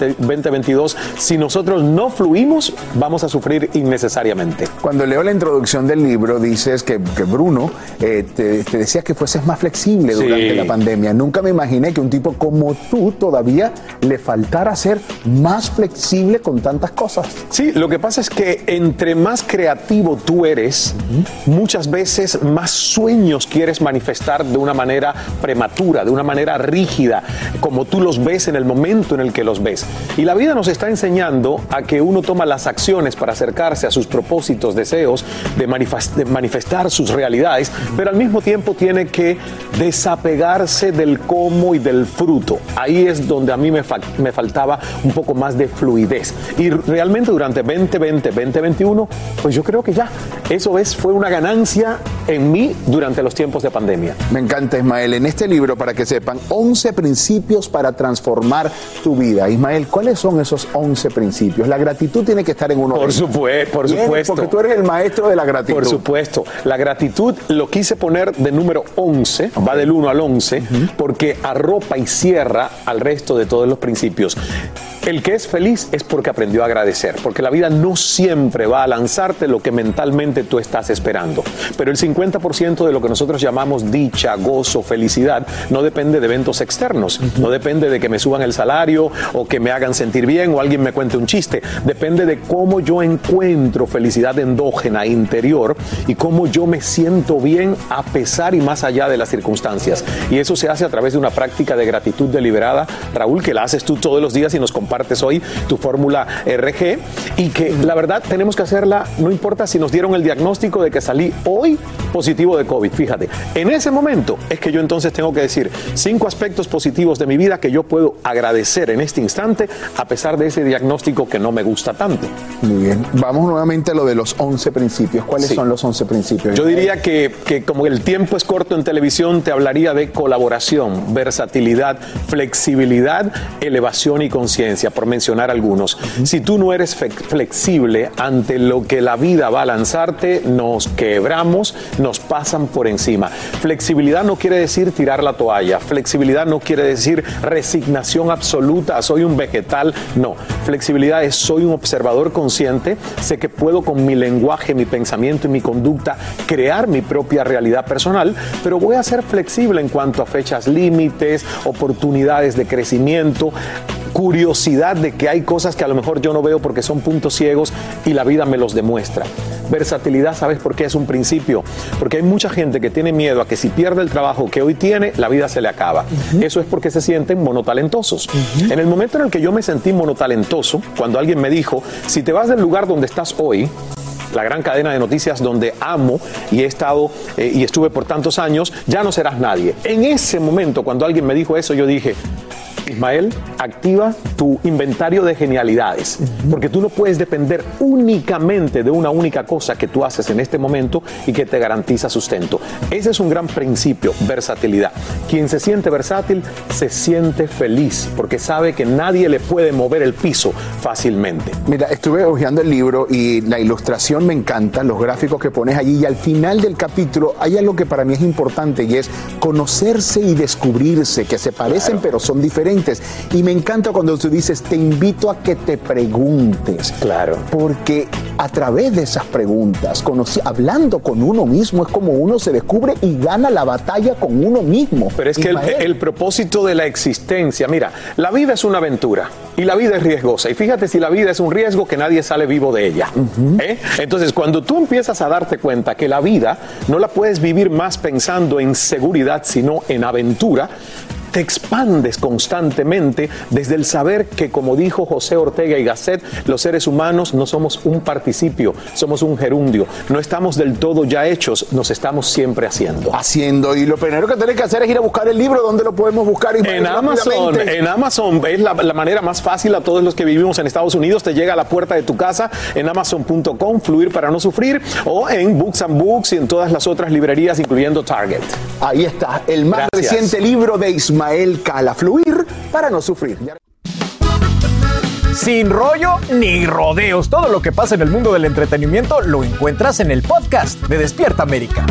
Speaker 17: 2022, si nosotros no fluimos, vamos a sufrir innecesariamente.
Speaker 8: Cuando leo la introducción del libro, dices que Bruno te decía que fueses más flexible durante la pandemia. Nunca me imaginé que un tipo como tú todavía le faltara ser más flexible con tantas cosas.
Speaker 17: Sí, lo que pasa es que entre más creativo tú eres, muchas veces más sueños quieres manifestar de una manera prematura, de una manera rígida, como tú los ves en el momento en el que los ves. Y la vida nos está enseñando a que uno toma las acciones para acercarse a sus propósitos, deseos, de manifestar sus realidades, pero al mismo tiempo tiene que desapegarse del cómo y del fruto. Ahí es donde a mí me faltaba un poco más de fluidez. Y realmente durante 2020, 2021, pues yo creo que ya, fue una ganancia en mí durante los tiempos de pandemia.
Speaker 8: Me encanta, Ismael. En este libro, para que sepan, 11 principios para transformar tu vida. Ismael, ¿cuáles son esos 11 principios? La gratitud tiene que estar en uno de ellos.
Speaker 17: Por supuesto.
Speaker 8: Porque tú eres el maestro de la gratitud.
Speaker 17: Por supuesto. La gratitud lo quise poner de número 11, va del 1 al 11, porque arropa y cierra al resto de todos los principios. El que es feliz es porque aprendió a agradecer, porque la vida no siempre va a lanzarte lo que mentalmente tú estás esperando. Pero el 50% de lo que nosotros llamamos dicha, gozo, felicidad, no depende de eventos externos, no depende de que me suban el salario o que me hagan sentir bien o alguien me cuente un chiste. Depende de cómo yo encuentro felicidad endógena, interior, y cómo yo me siento bien a pesar y más allá de las circunstancias. Y eso se hace a través de una práctica de gratitud deliberada, Raúl, que la haces tú todos los días y nos compartes hoy tu fórmula RG, y que la verdad tenemos que hacerla, no importa si nos dieron el diagnóstico de que salí hoy positivo de COVID. Fíjate, en ese momento es que yo entonces tengo que decir 5 aspectos positivos de mi vida que yo puedo agradecer en este instante a pesar de ese diagnóstico que no me gusta tanto.
Speaker 8: Muy bien, vamos nuevamente a lo de los 11 principios. ¿Cuáles son los 11 principios?
Speaker 17: Yo diría que como el tiempo es corto en televisión, te hablaría de colaboración, versatilidad, flexibilidad, elevación y conciencia. abundancia, por mencionar algunos. Si tú no eres flexible ante lo que la vida va a lanzarte, nos quebramos, nos pasan por encima. Flexibilidad no quiere decir tirar la toalla. Flexibilidad no quiere decir resignación absoluta, soy un vegetal. No, flexibilidad es soy un observador consciente, sé que puedo con mi lenguaje, mi pensamiento y mi conducta crear mi propia realidad personal, pero voy a ser flexible en cuanto a fechas límites, oportunidades de crecimiento, curiosidad de que hay cosas que a lo mejor yo no veo porque son puntos ciegos y la vida me los demuestra. Versatilidad, ¿sabes por qué es un principio? Porque hay mucha gente que tiene miedo a que si pierde el trabajo que hoy tiene, la vida se le acaba. Eso es porque se sienten monotalentosos. En el momento en el que yo me sentí monotalentoso, cuando alguien me dijo, si te vas del lugar donde estás hoy, la gran cadena de noticias donde amo y he estado y estuve por tantos años, ya no serás nadie. En ese momento, cuando alguien me dijo eso, yo dije, Ismael, activa tu inventario de genialidades, porque tú no puedes depender únicamente de una única cosa que tú haces en este momento y que te garantiza sustento. Ese es un gran principio, versatilidad. Quien se siente versátil se siente feliz, porque sabe que nadie le puede mover el piso fácilmente.
Speaker 8: Mira, estuve hojeando el libro y la ilustración me encanta, los gráficos que pones allí, y al final del capítulo hay algo que para mí es importante y es conocerse y descubrirse, que se parecen pero son diferentes. Y me encanta cuando tú dices, te invito a que te preguntes.
Speaker 17: Claro.
Speaker 8: Porque a través de esas preguntas, hablando con uno mismo, es como uno se descubre y gana la batalla con uno mismo.
Speaker 17: Pero es que el propósito de la existencia, mira, la vida es una aventura y la vida es riesgosa. Y fíjate, si la vida es un riesgo, que nadie sale vivo de ella. Entonces, cuando tú empiezas a darte cuenta que la vida no la puedes vivir más pensando en seguridad, sino en aventura, te expandes constantemente desde el saber que, como dijo José Ortega y Gasset, los seres humanos no somos un participio, somos un gerundio. No estamos del todo ya hechos, nos estamos siempre haciendo.
Speaker 8: Y lo primero que tenés que hacer es ir a buscar el libro. ¿Dónde lo podemos buscar?
Speaker 17: En Amazon. En Amazon es la manera más fácil a todos los que vivimos en Estados Unidos. Te llega a la puerta de tu casa en Amazon.com, Fluir para no sufrir, o en Books and Books y en todas las otras librerías, incluyendo Target.
Speaker 8: Ahí está, el más reciente libro de Ismael Cala, Fluir para no sufrir.
Speaker 9: Sin rollo ni rodeos, todo lo que pasa en el mundo del entretenimiento lo encuentras en el podcast de Despierta América.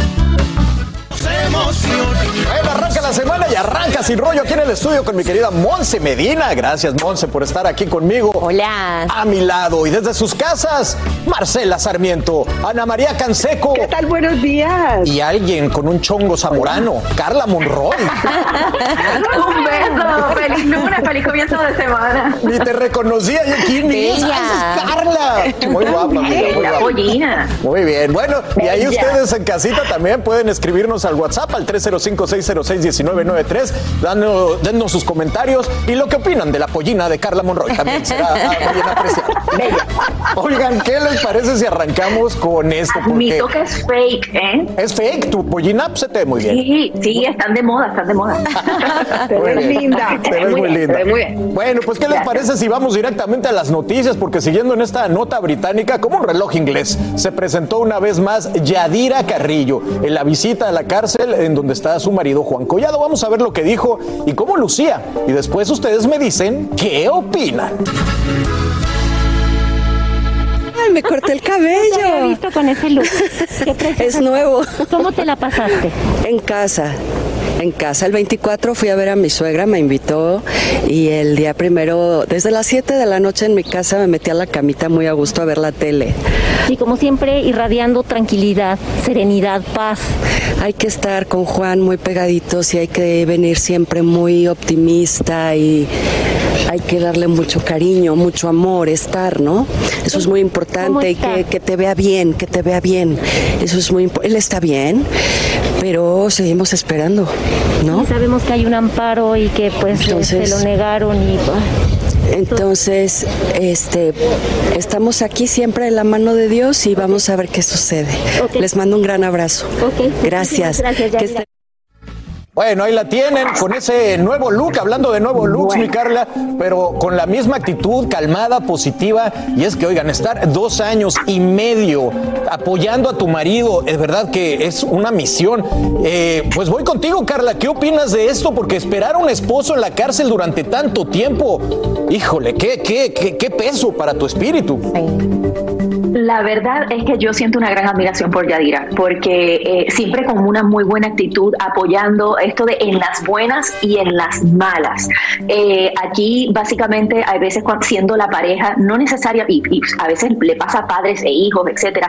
Speaker 9: Bueno, arranca la semana y arranca Sin Rollo aquí en el estudio con mi querida Monse Medina. Gracias, Monse, por estar aquí conmigo.
Speaker 16: Hola.
Speaker 9: A mi lado y desde sus casas, Marcela Sarmiento, Ana María Canseco.
Speaker 16: ¿Qué tal? Buenos días.
Speaker 9: Y alguien con un chongo zamorano, Carla Monroy.
Speaker 16: Un beso. Feliz lunes, feliz comienzo de semana.
Speaker 9: Ni te reconocía yo. ¿Quién es? ¡Es Carla! Muy guapa, amiga, muy guapa.
Speaker 16: Pollina.
Speaker 9: Muy bien. Bueno, y ahí ustedes en casita también pueden escribirnos al WhatsApp al 305-606-1993. Dennos sus comentarios y lo que opinan de la pollina de Carla Monroy. También será bien apreciado. Oigan, ¿qué les parece si arrancamos con esto? Porque
Speaker 16: mi toque es fake, ¿eh?
Speaker 9: ¿Es fake? ¿Tu pollina se te ve muy bien?
Speaker 16: Sí, están de moda.
Speaker 9: Te ves
Speaker 16: linda.
Speaker 9: Te ves muy linda.
Speaker 16: Muy bien.
Speaker 9: Bueno, pues ¿qué les parece si vamos directamente a las noticias? Porque siguiendo en esta nota británica, como un reloj inglés, se presentó una vez más Yadira Carrillo en la visita a la cárcel en donde está su marido Juan Collado. Vamos a ver lo que dijo y cómo lucía. Y después ustedes me dicen qué opinan.
Speaker 19: Ay, me corté el cabello.
Speaker 16: No te había visto con ese look.
Speaker 19: Es nuevo.
Speaker 16: ¿Cómo te la pasaste?
Speaker 19: En casa. El 24 fui a ver a mi suegra, me invitó, y el día primero, desde las 7 de la noche en mi casa, me metí a la camita muy a gusto a ver la tele.
Speaker 16: Y como siempre, irradiando tranquilidad, serenidad, paz.
Speaker 19: Hay que estar con Juan muy pegaditos y hay que venir siempre muy optimista y hay que darle mucho cariño, mucho amor, estar, ¿no? Eso es muy importante y que te vea bien, Eso es muy importante. Él está bien, pero seguimos esperando, ¿no?
Speaker 16: Y sabemos que hay un amparo y que pues se lo negaron y...
Speaker 19: Entonces, estamos aquí siempre en la mano de Dios y vamos a ver qué sucede. Okay. Les mando un gran abrazo.
Speaker 16: Okay.
Speaker 19: Gracias.
Speaker 16: Gracias,
Speaker 9: Bueno, ahí la tienen, con ese nuevo look, hablando de nuevo looks, mi Carla, pero con la misma actitud, calmada, positiva, y es que, oigan, estar 2 años y medio apoyando a tu marido, es verdad que es una misión. Pues voy contigo, Carla, ¿qué opinas de esto? Porque esperar a un esposo en la cárcel durante tanto tiempo, híjole, qué peso para tu espíritu.
Speaker 16: La verdad es que yo siento una gran admiración por Yadira, porque siempre con una muy buena actitud, apoyando esto de en las buenas y en las malas. Aquí básicamente a veces siendo la pareja, no necesaria, y a veces le pasa a padres e hijos, etcétera,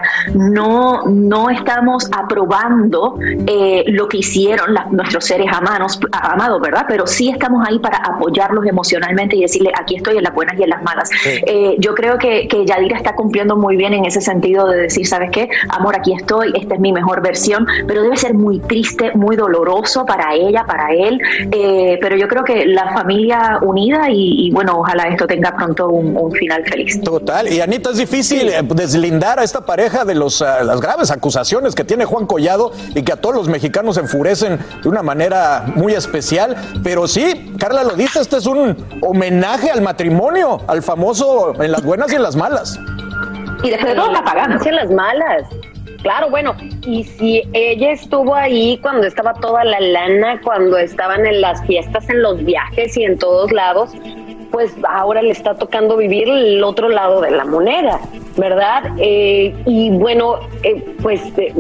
Speaker 16: no estamos aprobando lo que hicieron nuestros seres amados, ¿verdad? Pero sí estamos ahí para apoyarlos emocionalmente y decirle, aquí estoy en las buenas y en las malas. Sí. Yo creo que Yadira está cumpliendo muy bien en ese sentido de decir, ¿sabes qué? Amor, aquí estoy, esta es mi mejor versión, pero debe ser muy triste, muy doloroso para ella, para él, pero yo creo que la familia unida y bueno, ojalá esto tenga pronto un final feliz.
Speaker 9: Total, y Anita, es difícil deslindar a esta pareja de las graves acusaciones que tiene Juan Collado y que a todos los mexicanos enfurecen de una manera muy especial, pero sí, Carla lo dice, este es un homenaje al matrimonio, al famoso en las buenas y en las malas.
Speaker 16: Y después de todo la pagamos.
Speaker 7: En las malas. Claro, bueno, y si ella estuvo ahí cuando estaba toda la lana, cuando estaban en las fiestas, en los viajes y en todos lados, pues ahora le está tocando vivir el otro lado de la moneda, ¿verdad? Y bueno, pues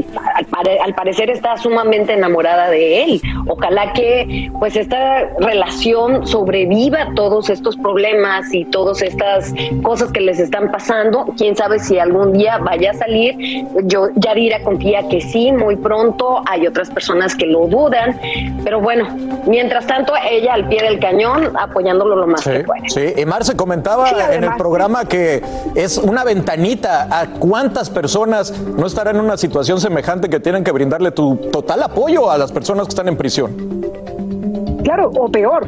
Speaker 7: al parecer está sumamente enamorada de él. Ojalá que pues esta relación sobreviva todos estos problemas y todas estas cosas que les están pasando. Quién sabe si algún día vaya a salir. Yadira confía que sí, muy pronto. Hay otras personas que lo dudan, pero bueno, mientras tanto ella al pie del cañón apoyándolo lo más que puede.
Speaker 9: Sí, y Marce comentaba en el programa que es una ventanita a cuántas personas no estarán en una situación semejante que tienen que brindarle tu total apoyo a las personas que están en prisión.
Speaker 20: Claro, o peor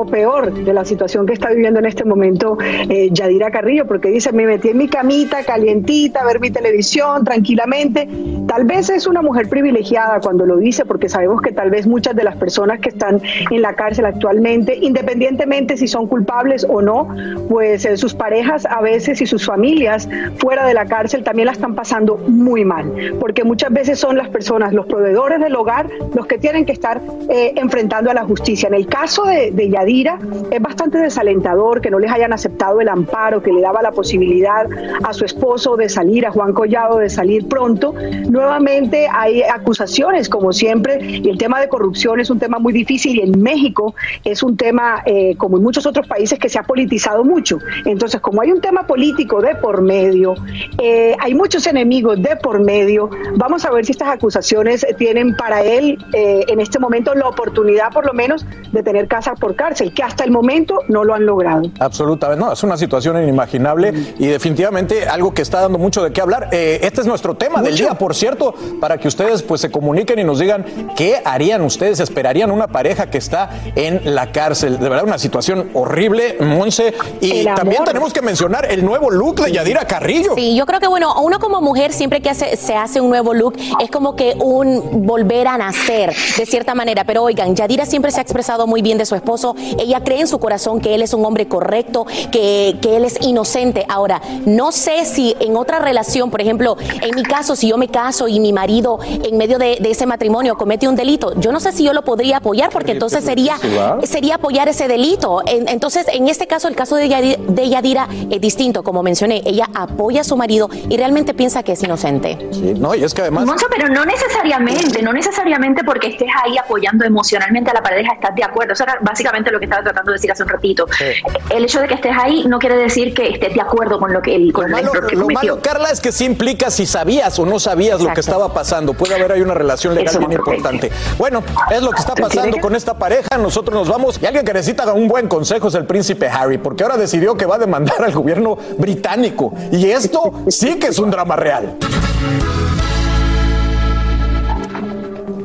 Speaker 20: de la situación que está viviendo en este momento Yadira Carrillo, porque dice, me metí en mi camita calientita a ver mi televisión tranquilamente. Tal vez es una mujer privilegiada cuando lo dice, porque sabemos que tal vez muchas de las personas que están en la cárcel actualmente, independientemente si son culpables o no, pues sus parejas a veces y sus familias fuera de la cárcel también la están pasando muy mal, porque muchas veces son las personas, los proveedores del hogar, los que tienen que estar enfrentando a la justicia. En el caso de Yadira, es bastante desalentador que no les hayan aceptado el amparo que le daba la posibilidad a su esposo de salir, a Juan Collado, de salir pronto. Nuevamente hay acusaciones, como siempre, y el tema de corrupción es un tema muy difícil, y en México es un tema, como en muchos otros países, que se ha politizado mucho. Entonces, como hay un tema político de por medio, hay muchos enemigos de por medio, vamos a ver si estas acusaciones tienen para él, en este momento, la oportunidad, por lo menos, de tener casa por cárcel, que hasta el momento no lo han logrado.
Speaker 9: Absolutamente, no, es una situación inimaginable y definitivamente algo que está dando mucho de qué hablar. Este es nuestro tema del día, por cierto, para que ustedes pues se comuniquen y nos digan qué harían ustedes, esperarían una pareja que está en la cárcel. De verdad, una situación horrible, Monse. Y también tenemos que mencionar el nuevo look de Yadira Carrillo.
Speaker 21: Sí, yo creo que bueno, uno como mujer siempre que se hace un nuevo look es como que un volver a nacer, de cierta manera. Pero oigan, Yadira siempre se ha expresado muy bien de su esposo. Ella cree en su corazón que él es un hombre correcto, que él es inocente. Ahora, no sé si en otra relación, por ejemplo, en mi caso, si yo me caso y mi marido en medio de ese matrimonio comete un delito, yo no sé si yo lo podría apoyar, porque entonces sería apoyar ese delito. Entonces, en este caso, el caso de Yadira es distinto. Como mencioné, ella apoya a su marido y realmente piensa que es inocente.
Speaker 9: Sí, no, y es que además...
Speaker 16: Moncho, pero no necesariamente porque estés ahí apoyando emocionalmente a la pareja estás de acuerdo. Eso era básicamente lo que estaba tratando de decir hace un ratito. Sí. El hecho de que estés ahí no quiere decir que estés de acuerdo con lo que el error que cometió.
Speaker 9: Lo malo, Carla, es que sí implica si sabías o no sabías lo que estaba pasando. Puede haber ahí una relación legal bien importante. Bueno, es lo que está pasando con esta pareja. Nosotros nos vamos. Y alguien que necesita un buen consejo es el príncipe Harry, porque ahora decidió que va a demandar al gobierno británico. Y esto sí que es un drama real.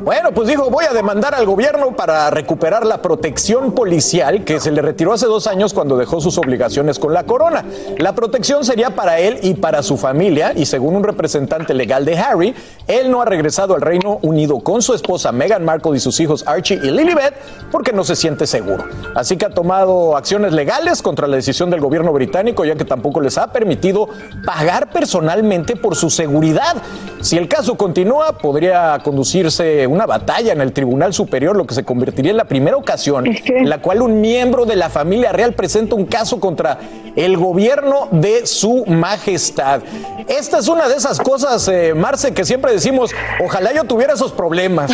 Speaker 9: Bueno, pues dijo, voy a demandar al gobierno para recuperar la protección policial que se le retiró hace 2 años cuando dejó sus obligaciones con la corona. La protección sería para él y para su familia, y según un representante legal de Harry, él no ha regresado al Reino Unido con su esposa Meghan Markle y sus hijos Archie y Lilibet porque no se siente seguro. Así que ha tomado acciones legales contra la decisión del gobierno británico, ya que tampoco les ha permitido pagar personalmente por su seguridad. Si el caso continúa, podría conducirse una batalla en el Tribunal Superior, lo que se convertiría en la primera ocasión en la cual un miembro de la familia real presenta un caso contra el gobierno de su majestad. Esta es una de esas cosas, Marce, que siempre decimos, ojalá yo tuviera esos problemas.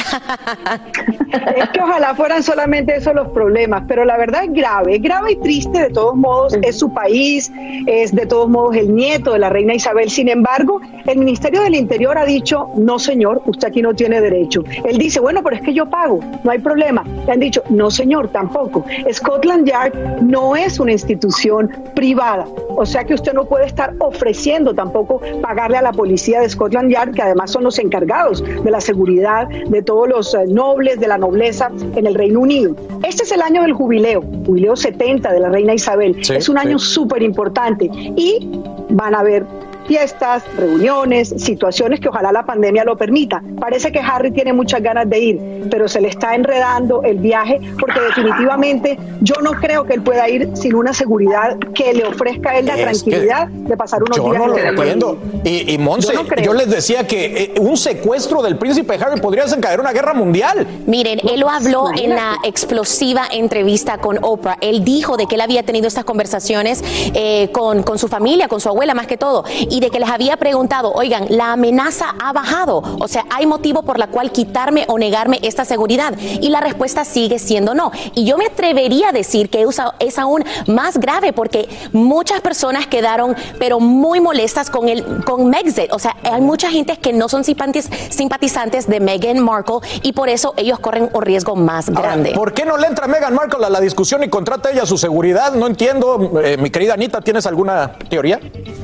Speaker 20: Es que ojalá fueran solamente esos los problemas, pero la verdad es grave y triste. De todos modos, es su país, es de todos modos el nieto de la reina Isabel. Sin embargo, el Ministerio del Interior ha dicho, no señor, usted aquí no tiene derecho. Él dice, bueno, pero es que yo pago, no hay problema. Le han dicho, no señor, tampoco. Scotland Yard no es una institución privada, o sea que usted no puede estar ofreciendo tampoco pagarle a la policía de Scotland Yard, que además son los encargados de la seguridad de todos los nobles, de la nobleza en el Reino Unido. Este es el año del jubileo 70 de la reina Isabel. Sí, es un año súper importante y van a haber fiestas, reuniones, situaciones que ojalá la pandemia lo permita. Parece que Harry tiene muchas ganas de ir, pero se le está enredando el viaje porque definitivamente yo no creo que él pueda ir sin una seguridad que le ofrezca a él la tranquilidad de pasar unos días.
Speaker 9: Yo no lo entiendo. Y Monse, yo les decía que un secuestro del príncipe Harry podría desencadenar una guerra mundial.
Speaker 21: Miren, él lo habló en la explosiva entrevista con Oprah. Él dijo de que él había tenido estas conversaciones con su familia, con su abuela más que todo, y de que les había preguntado, oigan, la amenaza ha bajado, o sea, ¿hay motivo por la cual quitarme o negarme esta seguridad? Y la respuesta sigue siendo no. Y yo me atrevería a decir que es aún más grave porque muchas personas quedaron pero muy molestas con Megxit. O sea, hay mucha gente que no son simpatizantes de Meghan Markle y por eso ellos corren un riesgo más grande.
Speaker 9: ¿Por qué no le entra Meghan Markle a la discusión y contrata ella su seguridad? No entiendo. Mi querida Anita, ¿tienes alguna teoría?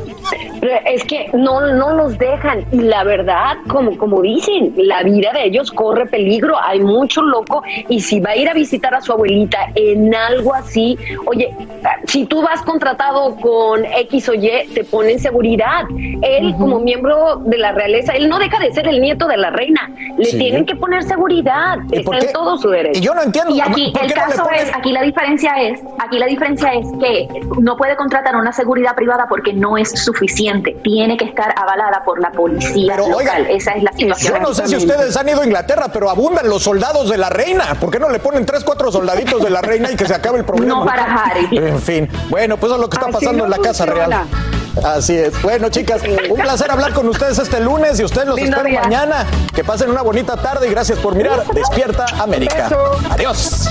Speaker 7: Es que no los dejan y la verdad, como dicen, la vida de ellos corre peligro, hay mucho loco y si va a ir a visitar a su abuelita en algo así, oye, si tú vas contratado con X o Y, te ponen seguridad. Él como miembro de la realeza, él no deja de ser el nieto de la reina, le tienen que poner seguridad, está en todo su derecho.
Speaker 9: Y yo no entiendo.
Speaker 16: Y aquí el caso es, aquí la diferencia es que no puede contratar una seguridad privada porque no es suficiente, tiene que estar avalada por la policía local. Oigan, esa es la situación.
Speaker 9: Yo no sé si ustedes han ido a Inglaterra, pero abundan los soldados de la reina. ¿Por qué no le ponen 3-4 soldaditos de la reina y que se acabe el problema?
Speaker 16: No para Harry.
Speaker 9: En fin, bueno, pues eso es lo que está pasando en la Casa Real. Así es. Bueno, chicas, un placer hablar con ustedes este lunes y ustedes los espero mañana. Que pasen una bonita tarde y gracias por mirar Despierta América. Adiós.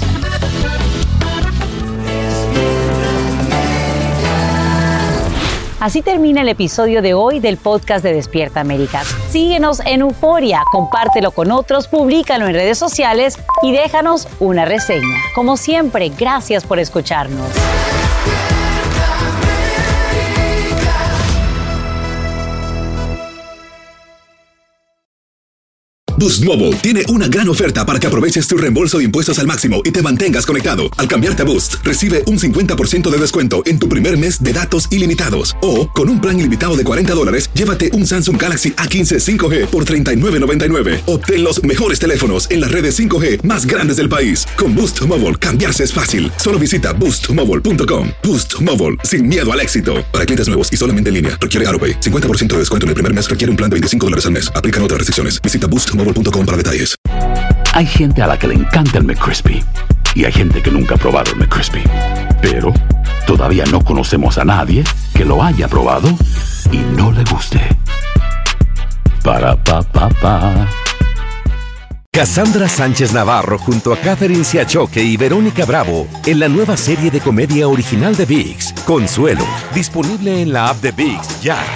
Speaker 5: Así termina el episodio de hoy del podcast de Despierta América. Síguenos en Euforia, compártelo con otros, públicalo en redes sociales y déjanos una reseña. Como siempre, gracias por escucharnos.
Speaker 3: Boost Mobile tiene una gran oferta para que aproveches tu reembolso de impuestos al máximo y te mantengas conectado. Al cambiarte a Boost, recibe un 50% de descuento en tu primer mes de datos ilimitados. O, con un plan ilimitado de $40, llévate un Samsung Galaxy A15 5G por $39.99. Obtén los mejores teléfonos en las redes 5G más grandes del país. Con Boost Mobile, cambiarse es fácil. Solo visita boostmobile.com. Boost Mobile, sin miedo al éxito. Para clientes nuevos y solamente en línea, requiere AutoPay. 50% de descuento en el primer mes requiere un plan de $25 al mes. Aplican otras restricciones. Visita boostmobile.com para detalles.
Speaker 4: Hay gente a la que le encanta el McCrispy y hay gente que nunca ha probado el McCrispy. Pero todavía no conocemos a nadie que lo haya probado y no le guste. Para pa pa pa.
Speaker 11: Cassandra Sánchez Navarro junto a Catherine Siachoque y Verónica Bravo en la nueva serie de comedia original de ViX, Consuelo, disponible en la app de ViX ya.